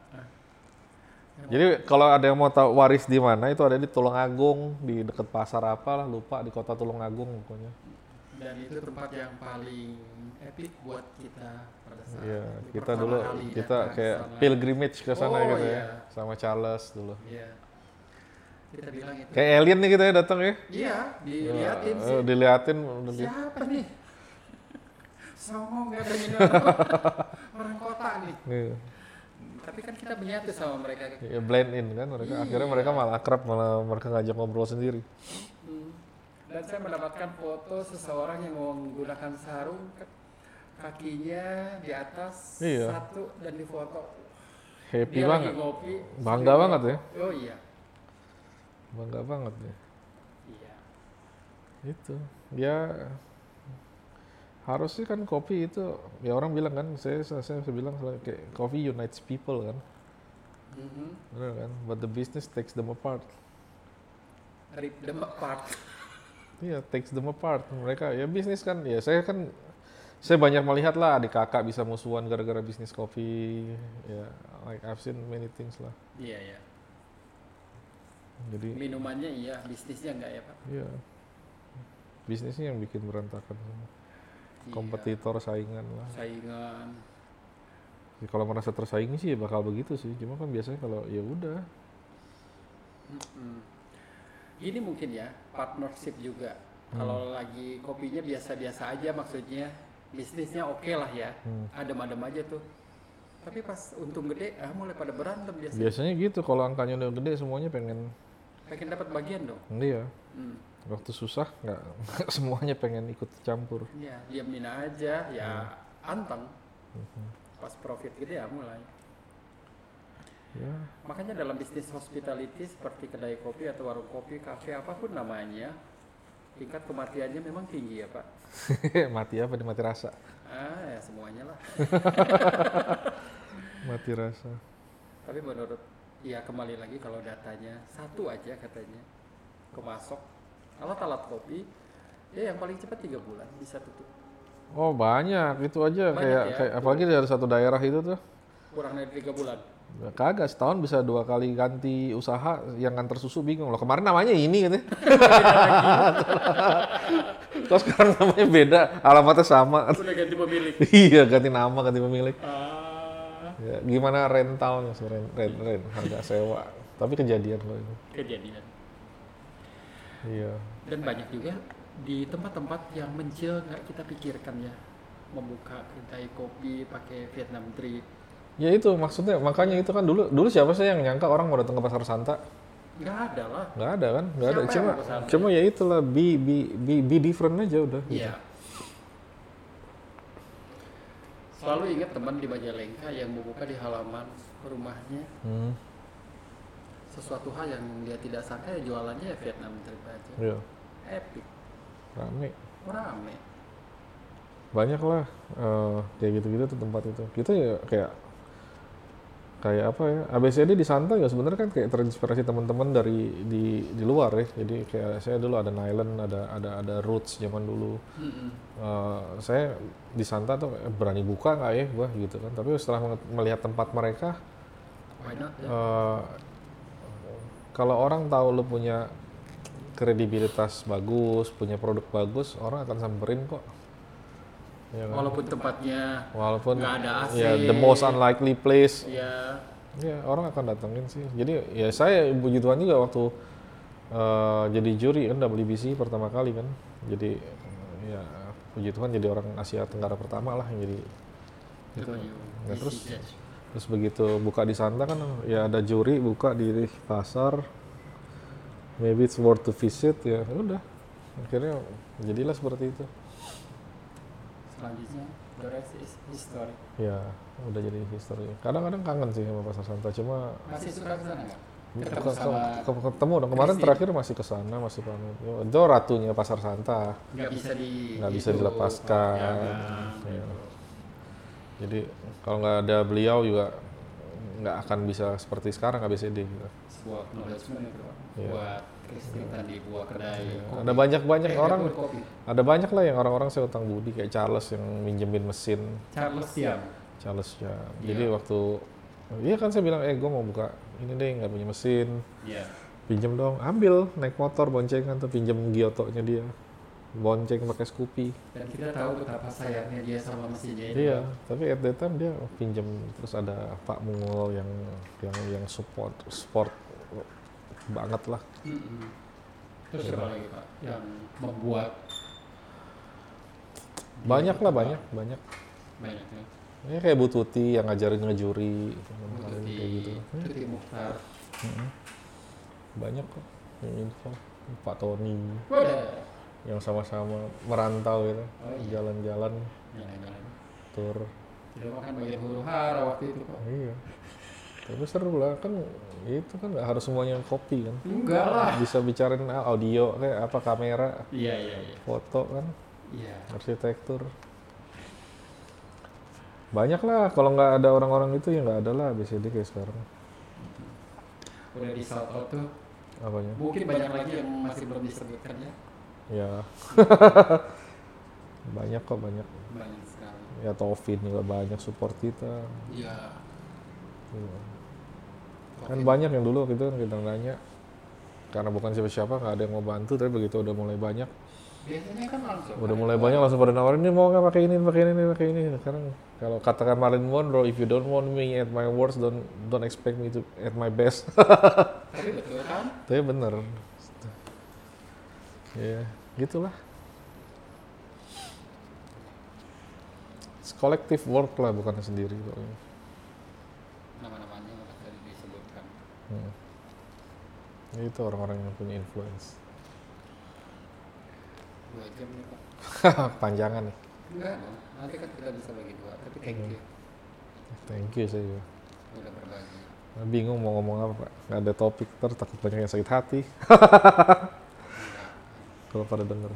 Jadi kalau ada yang mau tahu waris di mana, itu ada di Tulungagung, di dekat pasar apa lah, lupa, di kota Tulungagung pokoknya. Dan itu tempat yang paling epic buat kita pada saat Iya, itu kita pertama dulu kali kita datang kayak sana. pilgrimage ke sana Oh, gitu iya. ya, sama Charles dulu. Iya. Kita bilang itu. Kayak alien nih kita ya datang ya. Iya, diliatin Eh, sih. diliatin udah di- Siapa nih? Songong nggak ada ini orang kota nih. Iya. Tapi kan kita menyatu sama mereka. Ya, blend in kan mereka. Akhirnya mereka malah akrab, malah mereka ngajak ngobrol sendiri. Hmm. Dan saya mendapatkan foto seseorang yang menggunakan sarung, ke- kakinya di atas Iya. satu dan difoto. Happy Dia banget. lagi ngopi. Bangga sambil- banget ya. Oh iya. Bangga banget ya. Iya. Itu. Ya harusnya kan kopi itu ya orang bilang kan saya saya, saya bilang selalu kayak coffee unites people kan. Mhm. Benar kan? But the business takes them apart. Rip them apart. Iya, takes them apart. Mereka ya bisnis kan, ya saya kan saya banyak melihat lah adik kakak bisa musuhan gara-gara bisnis kopi. Ya, like I've seen many things lah. Iya ya. Jadi Minumannya iya, bisnisnya enggak ya Pak? ya bisnisnya yang bikin berantakan. Iya. Kompetitor, saingan lah. Saingan. Ya, kalau merasa tersaingi sih ya bakal begitu sih. Cuma kan biasanya kalau ya udah. Mm-mm. Ini mungkin ya partnership juga. Kalau lagi kopinya biasa-biasa aja maksudnya, bisnisnya oke lah ya, Hmm. adem-adem aja tuh. Tapi pas untung gede, ah mulai pada berantem biasanya. Biasanya gitu kalau angkanya udah gede semuanya pengen Pengen dapat bagian dong. dia. Hmm. Waktu susah nggak nggak semuanya pengen ikut campur. Ya, diamin aja, ya anteng. Pas profit gede ya mulai. Ya, Makanya dalam bisnis hospitality seperti kedai kopi atau warung kopi, kafe apapun namanya, tingkat kematiannya memang tinggi ya Pak. mati apa nih? Mati rasa. Ah ya semuanya lah. Mati rasa. Tapi menurut, ya kembali lagi kalau datanya satu aja katanya kemasok alat-alat kopi, ya yang paling cepat tiga bulan bisa tutup. Oh banyak itu aja Banyak kayak ya, kayak apalagi dari satu daerah itu tuh. Kurang dari tiga bulan. Ya, kagak setahun bisa dua kali ganti usaha yang nganter susu bingung loh kemarin namanya ini katanya. Terus sekarang namanya beda alamatnya sama. Udah ganti pemilik. Iya ganti nama ganti pemilik. Ah, Ya, gimana rentalnya sih rent, rent, rent harga sewa. Tapi kejadian kok itu. kejadian. Iya. Dan banyak juga di tempat-tempat yang mencil nggak kita pikirkan ya, membuka kedai kopi pakai Vietnam Tree. Ya itu maksudnya makanya itu kan dulu dulu siapa sih yang nyangka orang mau datang ke pasar Santa? Nggak ada lah. Nggak ada kan? Nggak ada. Siapa yang Cuma mau ke sana? cuma ya itulah be be be, be different aja udah. gitu. Iya. Selalu ingat teman di Majalengka yang membuka di halaman rumahnya Hmm. sesuatu hal yang dia tidak sangka ya jualannya ya Vietnam Tree aja. Iya. Epic, Rame. rame. Banyak lah eh, kayak gitu-gitu tuh tempat itu. Kita ya kayak kayak apa ya? A B C D di Santa ya sebenarnya kan kayak terinspirasi teman-teman dari di di luar ya. Jadi kayak saya dulu ada Nyland, ada ada ada Roots zaman dulu. Mm-mm. Eh, saya di Santa tuh eh, berani buka nggak ya gua gitu kan. Tapi setelah menge- melihat tempat mereka, Why not ya? eh, kalau orang tahu lu punya kredibilitas bagus, punya produk bagus, orang akan samperin kok. Ya kan? Walaupun tempatnya Walaupun nggak ada A C. ya the most unlikely place, ya ya orang akan datengin sih. Jadi ya saya puji Tuhan juga waktu eh, jadi juri kan W B C pertama kali kan. Jadi eh, ya puji Tuhan jadi orang Asia Tenggara pertama lah yang jadi. Gitu. Ya, terus terus begitu buka di Santa kan ya ada juri buka di pasar. Maybe it's worth to visit ya udah. Akhirnya jadilah seperti itu. selanjutnya the rest is history. Ya udah jadi history. Kadang-kadang kangen sih sama pasar Santa cuma Masih suka ke sana nggak? Ke- Ketemu ke- sama ke- ketemu dong kemarin Christine. terakhir masih ke sana masih pamit. Yo, itu ratunya pasar Santa. nggak bisa di Nggak bisa itu, dilepaskan. ya kan, Iya. gitu. Jadi kalau nggak ada beliau juga nggak akan bisa seperti sekarang A B C D gitu. Sebuah acknowledgement itu Pak. Iya. buat Christine tadi buah kedai kopi. Ada banyak-banyak Eh, orang, buat kopi. ada banyak lah yang orang-orang saya utang budi kayak Charles yang minjemin mesin Charles Siam. Charles ya. Iya. Jadi waktu iya kan saya bilang eh gue mau buka ini deh nggak punya mesin, Iya. pinjem dong, ambil naik motor boncengan tuh pinjem Giotto-nya dia. bonceng pakai Scoopy. Dan kita tahu betapa sayangnya dia sama mesinnya itu. Iya, tapi at that time dia pinjam, terus ada Pak Mungol yang yang yang support sport banget lah. Mm-mm. Terus siapa lagi Pak yang membuat Banyak dia lah, berkembang? banyak, banyak. Banyak ya. Ya kayak Bu Tuti yang ngajarin ngejuri, Tuti, kayak gitu. Tuti Mukhtar. Mm-mm. Banyak kok yang info. Pak Tony Wadah. yang sama-sama merantau gitu, Oh, iya. jalan-jalan, Jalan-jalan. tur. Tidak makan bagian huru hara waktu itu Pak. Iya. Tapi seru lah kan, itu kan nggak harus semuanya kopi kan. Enggak lah. Bisa bicarain ah, audio kayak apa, kamera, Iya iya iya. foto kan, Iya. arsitektur. Banyak lah, kalau nggak ada orang-orang itu ya nggak ada lah B C D kayak sekarang. Udah di shout out tuh. Apanya? Mungkin banyak lagi yang masih belum disebutkan ya. Ya. Banyak kok, banyak. Banyak sekali. Ya Taufin juga banyak support kita. Iya. Iya. Kan banyak yang dulu gitu kan kita nanya, karena bukan siapa-siapa nggak ada yang mau bantu, tapi begitu udah mulai banyak, Biasanya kan langsung. udah mulai banyak langsung pada nawarin, ini mau nggak pakai ini, pakai ini, pakai ini. Sekarang kalau katakan Marilyn Monroe, if you don't want me at my worst, don't don't expect me to at my best. Tapi betul kan? Tapi bener. Ya, gitulah. It's collective work lah, bukan sendiri kok. Nama-namanya nggak tadi disebutkan. Hmm. Itu orang-orang yang punya influence. Dua jam nih Pak. Panjangan nih. Enggak dong. Nanti kan kita bisa bagi dua. Tapi thank you. Thank you saya juga. Udah berbagi. Bingung mau ngomong apa Pak. Nggak ada topik, ntar takut banyak yang sakit hati. Kalau pada denger.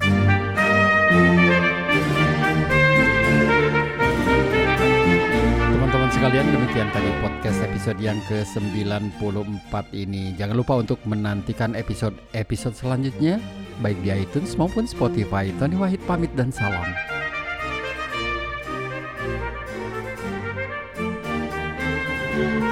Teman-teman sekalian, demikian tadi podcast episode yang ke sembilan puluh empat ini. Jangan lupa untuk menantikan episode-episode selanjutnya, baik di iTunes maupun Spotify. Tony Wahid pamit dan salam.